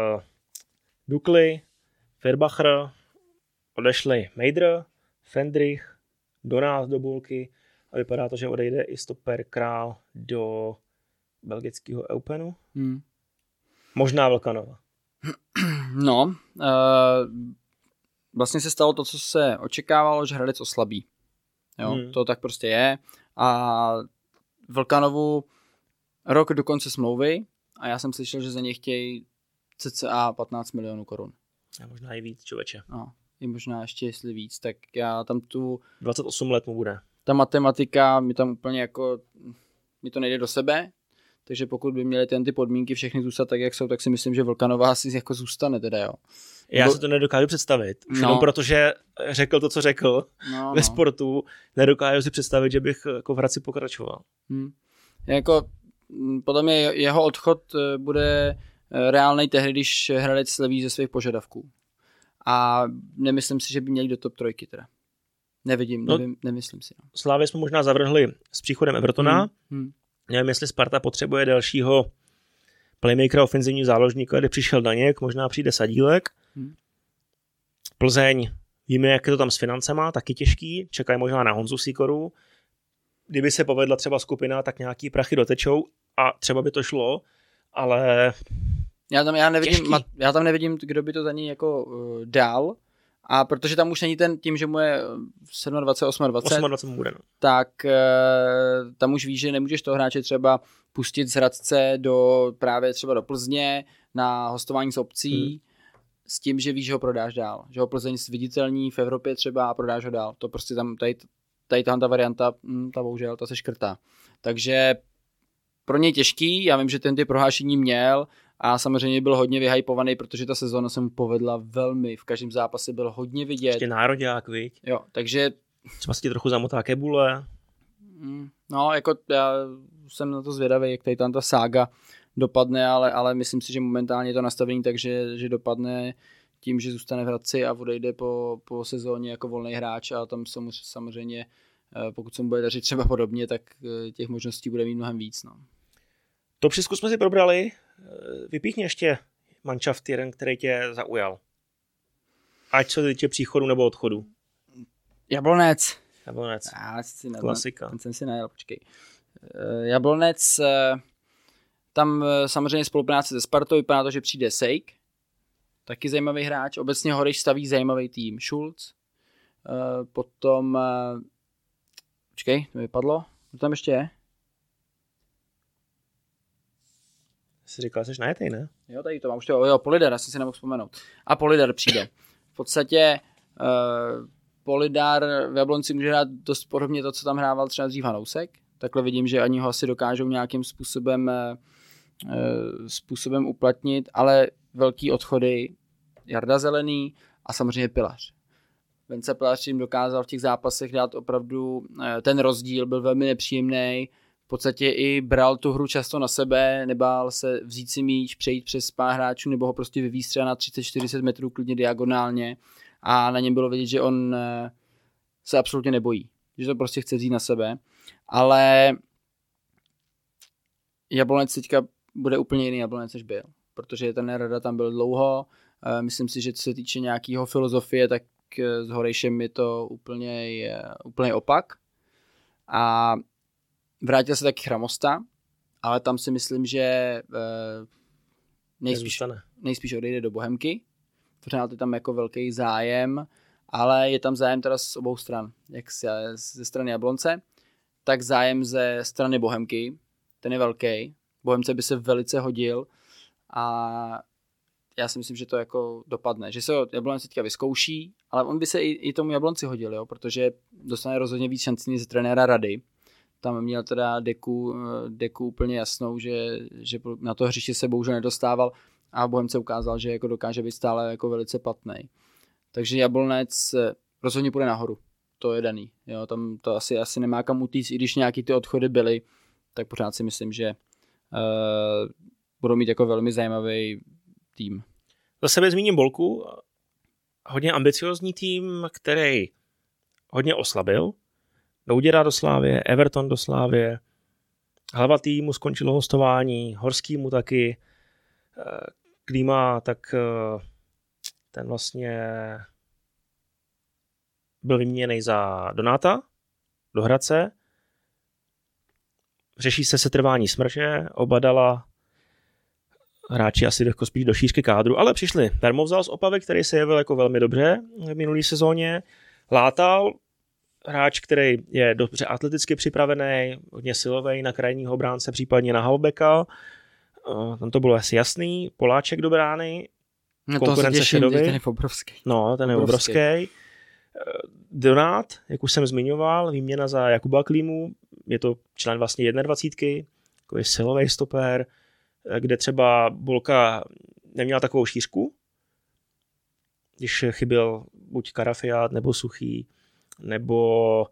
Dukly, Firbacher, odešli Mejdr, Fendrich, Donás do Bulky a vypadá to, že odejde i stoper Král do belgického Eupenu. Možná Vlkanova. No, vlastně se stalo to, co se očekávalo, že Hradec oslabí. Jo, to tak prostě je. A Vlkanovu rok do konce smlouvy a já jsem slyšel, že za něj chtějí cca 15 milionů korun. A možná i víc, člověče. No, i možná ještě jestli víc, tak já tam 28 let mu bude. Ta matematika mi tam úplně jako, mi to nejde do sebe, takže pokud by měly ty podmínky všechny zůstat tak, jak jsou, tak si myslím, že Vlkanová asi jako zůstane teda, jo. Já si to nedokážu představit. Už jenom protože řekl to, co řekl ve sportu, nedokážu si představit, že bych jako v Hradci pokračoval. Jako, podle mě jeho odchod bude reálnej tehdy, když Hradec sleví ze svých požadavků. A nemyslím si, že by měli do top 3 teda. Nemyslím si. No. Slávě jsme možná zavrhli s příchodem Evertona. Nevím, jestli Sparta potřebuje dalšího playmakera, ofenzivního záložníka, kde přišel Daněk, možná přijde Sadílek. Plzeň, víme, jak je to tam s financema, taky těžký, čekají možná na Honzu Sikoru. Kdyby se povedla třeba skupina, tak nějaký prachy dotečou a třeba by to šlo, ale já tam nevidím, kdo by to za něj jako dal. A protože tam už není ten tím, že mu je 27, 28 mu bude, no. Tak tam už víš, že nemůžeš toho hráče třeba pustit z Hradce právě třeba do Plzně na hostování s obcí s tím, že víš, že ho prodáš dál. Že ho Plzeň viditelní v Evropě třeba a prodáš ho dál. To prostě tam, tady ta varianta, ta bohužel, ta se škrtá. Takže pro něj těžký, já vím, že ten ty prohlášení měl a samozřejmě byl hodně vyhypovaný, protože ta sezóna se mu povedla velmi, v každém zápase byl hodně vidět. Ještě nároďák, viď? Jo, takže... Třeba si ti trochu zamotá kebule. No, jako já jsem na to zvědavý, jak tady tam ta sága dopadne, ale myslím si, že momentálně je to nastavení tak, že dopadne tím, že zůstane v Hradci a odejde po sezóně jako volný hráč a tam samozřejmě, pokud se mu bude dařit třeba podobně, tak těch možností bude mít mnohem víc. No. To přesku jsme si probrali. Vypíchni ještě manšaft jeden, který tě zaujal. Ať co týče příchodu nebo odchodu. Jablonec. Klasika. Ten jsem si najel, počkej. Jablonec, tam samozřejmě spolupráce se Spartou, vypadá to, že přijde Sejk, taky zajímavý hráč. Obecně Horeš staví zajímavý tým. Schulz. Potom, počkej, to mi vypadlo. To tam ještě je? Jsi říkal, že jsi najetej, ne? Jo, tady to mám už to. Jo, Polydar, já jsem si nemohl vzpomenout. A Polydar přijde. V podstatě Polydar v Jablonci může hrát dost podobně to, co tam hrával třeba dřív Hanousek. Takhle vidím, že ani ho asi dokážou nějakým způsobem uplatnit, ale velký odchody Jarda Zelený a samozřejmě Pilař. Vence Pilař jim dokázal v těch zápasech dát opravdu ten rozdíl, byl velmi nepříjemný. V podstatě i bral tu hru často na sebe, nebál se vzít si míč, přejít přes pár hráčů nebo ho prostě vyvízt třeba na 30-40 metrů klidně diagonálně a na něm bylo vidět, že on se absolutně nebojí, že to prostě chce vzít na sebe, ale Jablonec teďka bude úplně jiný Jablonec, než byl, protože ten Rada tam byl dlouho, myslím si, že co se týče nějakého filozofie, tak s Horejšem je to úplně opak a vrátil se taky Chramosta, ale tam si myslím, že nejspíš odejde do Bohemky. Pořád je tam jako velký zájem, ale je tam zájem teda z obou stran. Jak ze strany Jablonce, tak zájem ze strany Bohemky. Ten je velký. Bohemce by se velice hodil a já si myslím, že to jako dopadne. Že se Jablonec teďka vyzkouší, ale on by se i tomu Jablonci hodil, jo? Protože dostane rozhodně víc šancí ze trenéra Rady. Tam měl teda deku úplně jasnou, že na to hřiště se bohužel nedostával a Bohemce ukázal, že jako dokáže být stále jako velice platný. Takže Jablonec rozhodně půjde nahoru. To je daný. Jo, tam to asi nemá kam utíct, i když nějaký ty odchody byly, tak pořád si myslím, že budou mít jako velmi zajímavý tým. Za sebe zmíním Bolku. Hodně ambiciozní tým, který hodně oslabil. Douděra do Slávie, Everton do Slávie, hlava týmu skončilo hostování, Horskýmu taky, Klíma, tak ten vlastně byl vyměněný za Donáta do Hradce. Řeší se setrvání Smrče, oba dala hráči asi jako spíš do šířky kádru, ale přišli. Darmovzal z Opavy, který se jevil jako velmi dobře v minulý sezóně. Látal, hráč, který je dobře atleticky připravený, hodně silový na krajního bránce, případně na halbeka. Tam to bylo asi jasný. Poláček do brány. Konkurence Šedovi. Ten je obrovský. No, ten je obrovský. Donát, jak už jsem zmiňoval, výměna za Jakuba Klímu. Je to člen vlastně 21, takový silový stoper, kde třeba Bolka neměla takovou šířku, když chyběl buď Karafiát nebo Suchý, nebo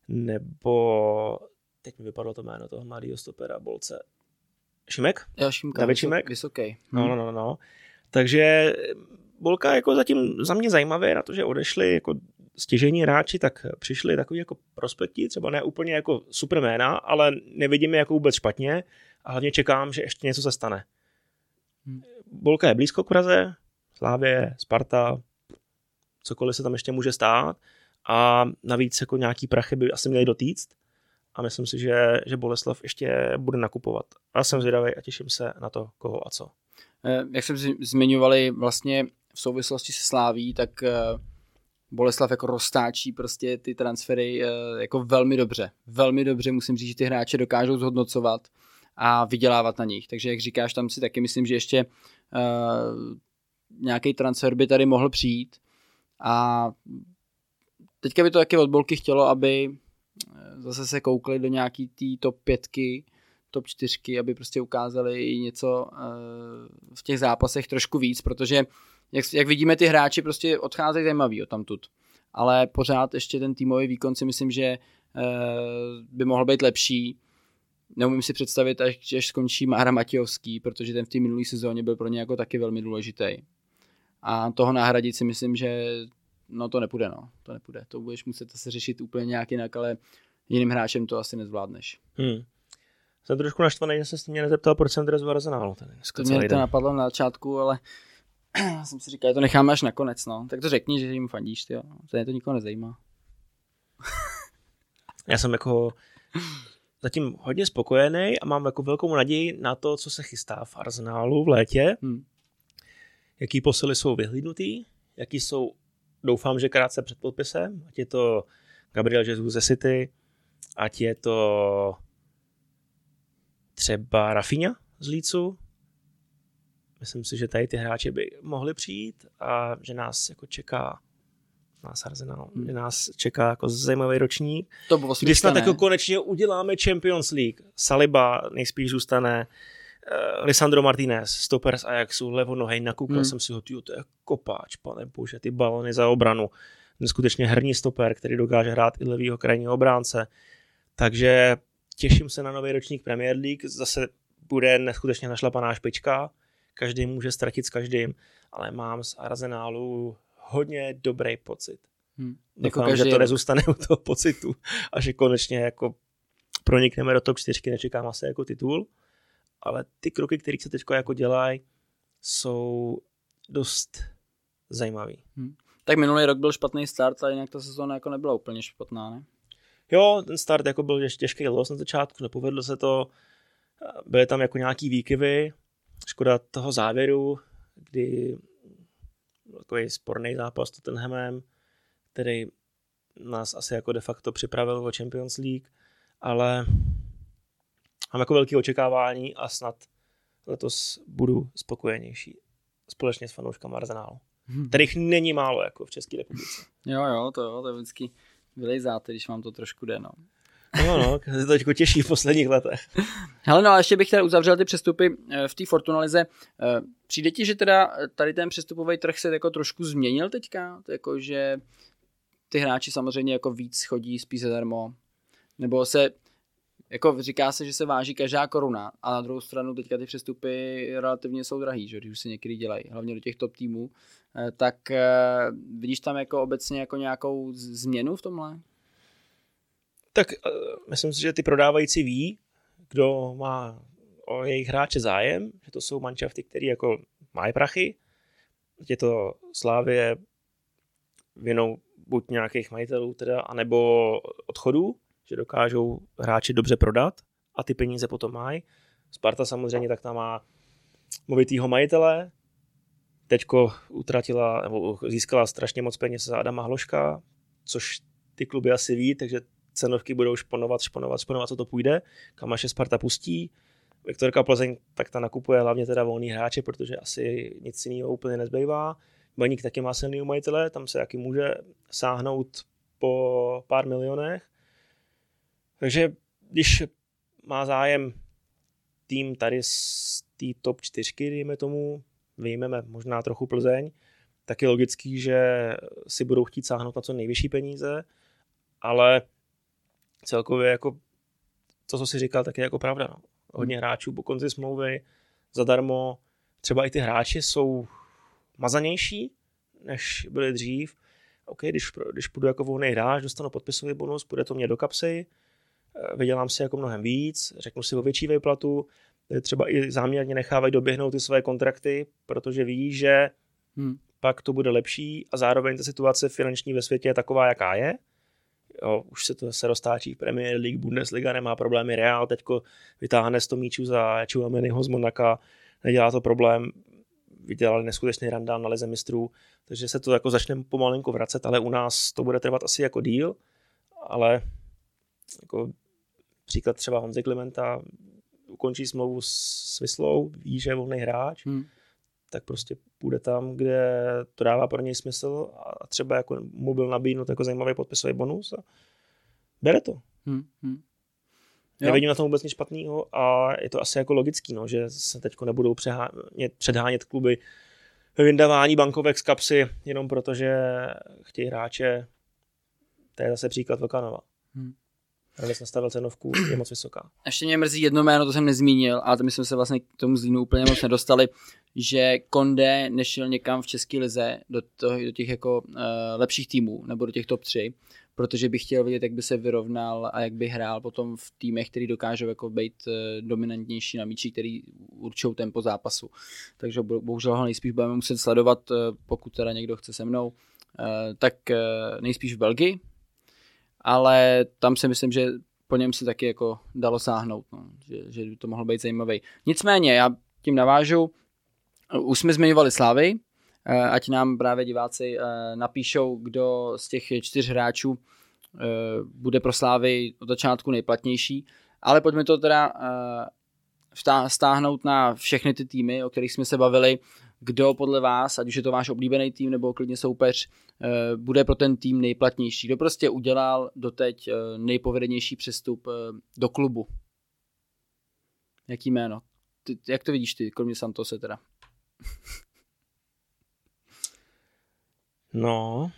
teď mi vypadlo to jméno toho mladého stopera Bolce. Šimek? Jo, Šimka, David Šimek? Vysoký. No. Takže Bolka jako zatím za mě zajímavé na to, že odešli jako stěžení hráči, tak přišli takový jako prospekti, třeba ne úplně jako super jména, ale nevidíme jako vůbec špatně a hlavně čekám, že ještě něco se stane. Bolka je blízko k Praze, Slávie, Sparta, cokoliv se tam ještě může stát a navíc jako nějaký prachy by asi měli dotýct a myslím si, že Boleslav ještě bude nakupovat. A jsem zvědavý a těším se na to, koho a co. Jak jsme zmiňovali vlastně v souvislosti se Sláví, tak Boleslav jako roztáčí prostě ty transfery jako velmi dobře. Velmi dobře musím říct, že ty hráče dokážou zhodnocovat a vydělávat na nich. Takže jak říkáš, tam si taky myslím, že ještě nějaký transfer by tady mohl přijít. A teďka by to taky od Bolky chtělo, aby zase se koukli do nějaký tý top 5, top 4, aby prostě ukázali něco v těch zápasech trošku víc, protože jak vidíme, ty hráči prostě odcházejí zajímavý odtamtud. Ale pořád ještě ten týmový výkon si myslím, že by mohl být lepší. Neumím si představit, až skončí Mára Matějovský, protože ten v té minulé sezóně byl pro ně jako taky velmi důležitý. A toho nahradit si myslím, že to nepůjde. To nepůjde. To budeš muset se řešit úplně nějak jinak, ale jiným hráčem to asi nezvládneš. Jsem trošku naštvaný, že se mě nezeptal, proč jsem dres v Arsenálu. To mě to napadlo na začátku, ale jsem si říkal, že to necháme až nakonec. Tak to řekni, že jim fandíš, tyjo. To nikoho nezajímá. Já jsem jako zatím hodně spokojený a mám jako velkou naději na to, co se chystá v Arsenálu v létě. Jaký posily jsou vyhlídnutý, jaký jsou, doufám, že krátce před podpisem, ať je to Gabriel Jesus ze City, ať je to třeba Rafinha z Leedsu. Myslím si, že tady ty hráči by mohli přijít a že nás jako čeká Arsenal, že nás čeká jako zajímavý ročník. To bylo když snad jako konečně uděláme Champions League. Saliba nejspíš zůstane, Lisandro Martinez, stoper z Ajaxu, levonohej, nakoukal jsem si ho, to je kopáč, pane bože, ty balony za obranu. Neskutečně herní stoper, který dokáže hrát i levýho krajního obránce. Takže těším se na nový ročník Premier League, zase bude neskutečně našlapaná špička, každý může ztratit s každým, ale mám z Arsenalu hodně dobrý pocit. Doufám, že to nezůstane u toho pocitu a že konečně jako pronikneme do top 4, nečekám asi jako titul, ale ty kroky, které se teď jako dělají, jsou dost zajímavý. Tak minulý rok byl špatný start, a jinak ta sezóna jako nebyla úplně špatná, ne? Jo, ten start jako byl těžký los na začátku, nepovedlo se to, byly tam jako nějaký výkyvy, škoda toho závěru, kdy takový sporný zápas s Tottenhamem, který nás asi jako de facto připravil o Champions League, ale mám jako velké očekávání a snad letos budu spokojenější společně s fanouškama Arsenalu. Kterých není málo jako v České republice. Jo, to je vždycky vylejzáte, když vám to trošku jde, no. No, se to teďko těší v posledních letech. Hele, no a ještě bych teda uzavřel ty přestupy v té Fortuna lize. Přijde ti, že teda tady ten přestupový trh se jako trošku změnil teďka? Jako, že ty hráči samozřejmě jako víc chodí spíš zadarmo? Nebo se, jako říká se, že se váží každá koruna, a na druhou stranu teďka ty přestupy relativně jsou drahý, že když už se někdy dělají, hlavně do těch top týmů. Tak vidíš tam jako obecně jako nějakou změnu v tomhle? Tak myslím si, že ty prodávající ví, kdo má o jejich hráče zájem, že to jsou manšafty, které jako mají prachy, je to Slavie vinou buď nějakých majitelů teda, anebo odchodů, že dokážou hráči dobře prodat a ty peníze potom mají. Sparta samozřejmě tak tam má movitýho majitele, teďko utratila nebo získala strašně moc peněz za Adama Hloška, což ty kluby asi ví, takže cenovky budou šponovat, co to půjde, kam až je Sparta pustí. Viktorka Plzeň tak ta nakupuje hlavně teda volný hráče, protože asi nic jiného úplně nezbývá. Baník taky má silný majitele, tam se taky může sáhnout po pár milionech. Takže když má zájem tým tady z té top 4, dejme tomu, vyjmeme možná trochu Plzeň, tak je logický, že si budou chtít sáhnout na co nejvyšší peníze, ale celkově jako to, co jsi říkal, tak je jako pravda. No. Hodně hráčů po konci smlouvy zadarmo, třeba i ty hráči jsou mazanější, než byli dřív. OK, když půjdu jako volný hráč, dostanu podpisový bonus, půjde to mě do kapsy, vydělám si jako mnohem víc, řeknu si o větší výplatu, třeba i záměrně nechávají doběhnout ty své kontrakty, protože ví, že pak to bude lepší a zároveň ta situace finanční ve světě je taková, jaká je. Jo, už se roztáčí v Premier League, Bundesliga nemá problémy, Real teďko vytáhne 100 míčů za Chouameniho z Monaka, nedělá to problém, vydělali neskutečný randál na lize mistrů, takže se to jako začne pomalinku vracet, ale u nás to bude trvat asi jako díl, ale jako příklad třeba Honzy Klimenta ukončí smlouvu s Vyslou, ví, že je volný hráč, tak prostě půjde tam, kde to dává pro něj smysl a třeba jako mu byl nabídnut jako zajímavý podpisový bonus a bere to. Nevidím na tom vůbec nic špatného a je to asi jako logický, no, že se teďko nebudou předhánět kluby ve vyndávání bankovek z kapsy jenom proto, že chtějí hráče. To je zase příklad Vlkanova. Když nastavil cenovku, je moc vysoká. Ještě mě mrzí jedno jméno, to jsem nezmínil, ale to my jsme se vlastně k tomu Zlínu úplně moc nedostali, že Condé nešel někam v české lize do těch jako lepších týmů, nebo do těch top 3, protože bych chtěl vidět, jak by se vyrovnal a jak by hrál potom v týmech, který dokážou jako být dominantnější na míči, který určují tempo zápasu. Takže bohužel ho nejspíš budeme muset sledovat, pokud teda někdo chce se mnou, tak nejspíš v Belgii, ale tam si myslím, že po něm se taky jako dalo sáhnout, no, že by to mohlo být zajímavý. Nicméně, já tím navážu, už jsme zmiňovali Slavii, ať nám právě diváci napíšou, kdo z těch 4 hráčů bude pro Slávy od začátku nejplatnější, ale pojďme to teda stáhnout na všechny ty týmy, o kterých jsme se bavili. Kdo podle vás, ať už je to váš oblíbený tým nebo klidně soupeř, bude pro ten tým nejplatnější? Kdo prostě udělal doteď nejpovedenější přestup do klubu? Jaký jméno? Jak to vidíš ty, kromě Santose teda? No,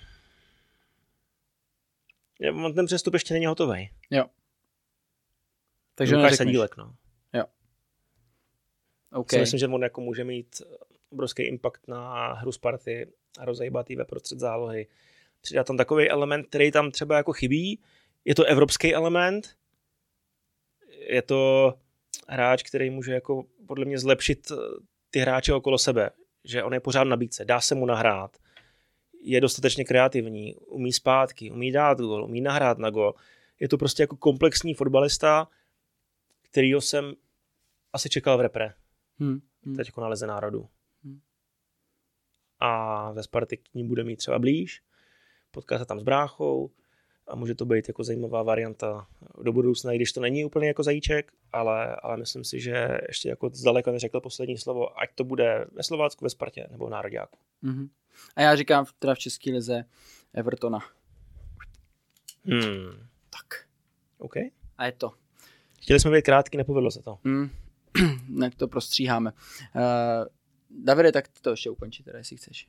ten přestup ještě není hotový. Jo. Takže Lukáš Sadílek, no. Jo. Okay. Myslím, že on jako může mít obrovský impact na hru Sparty a rozejbat jí ve prostřed zálohy. Přidá tam takový element, který tam třeba jako chybí. Je to evropský element. Je to hráč, který může jako podle mě zlepšit ty hráče okolo sebe. Že on je pořád na nabídce, dá se mu nahrát. Je dostatečně kreativní, umí zpátky, umí dát gól, umí nahrát na gól. Je to prostě jako komplexní fotbalista, kterýho jsem asi čekal v repre. Teď jako na Lize národů. A ve Sparty k ní bude mít třeba blíž, potká se tam s bráchou a může to být jako zajímavá varianta do budoucna, i když to není úplně jako zajíček, ale myslím si, že ještě jako zdaleka neřekl poslední slovo, ať to bude ve Slovácku, ve Spartě nebo v nároďáku. A já říkám teda v české lize Evertona. Tak. OK. A je to. Chtěli jsme být krátký, nepovedlo se to. Ne, to prostříháme. Davide, tak to ještě ukončí teda, jestli chceš.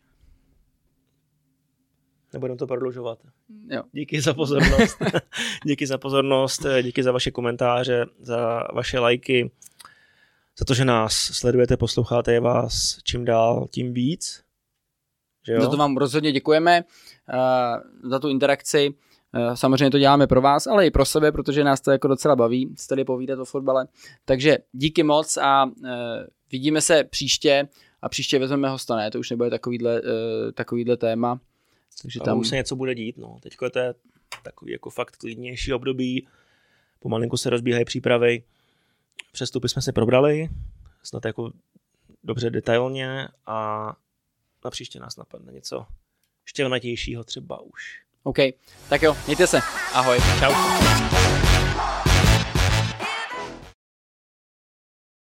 Nebudeme to prodlužovat. Jo. Díky za pozornost. Díky za pozornost, díky za vaše komentáře, za vaše lajky, za to, že nás sledujete, posloucháte, je vás čím dál, tím víc. Že jo? Za to vám rozhodně děkujeme, za tu interakci. Samozřejmě to děláme pro vás, ale i pro sebe, protože nás to jako docela baví si tady povídat o fotbale. Takže díky moc a vidíme se příště a příště vezmeme hosta, ne? To už nebude takovýhle téma. Takže tam už se něco bude dít, no. Teďko je to takový jako fakt klidnější období, pomalinku se rozbíhají přípravy, přestupy jsme si probrali, snad jako dobře detailně a na příště nás napadne něco štěvnatějšího třeba už. OK, tak jo, mějte se, ahoj. Čau.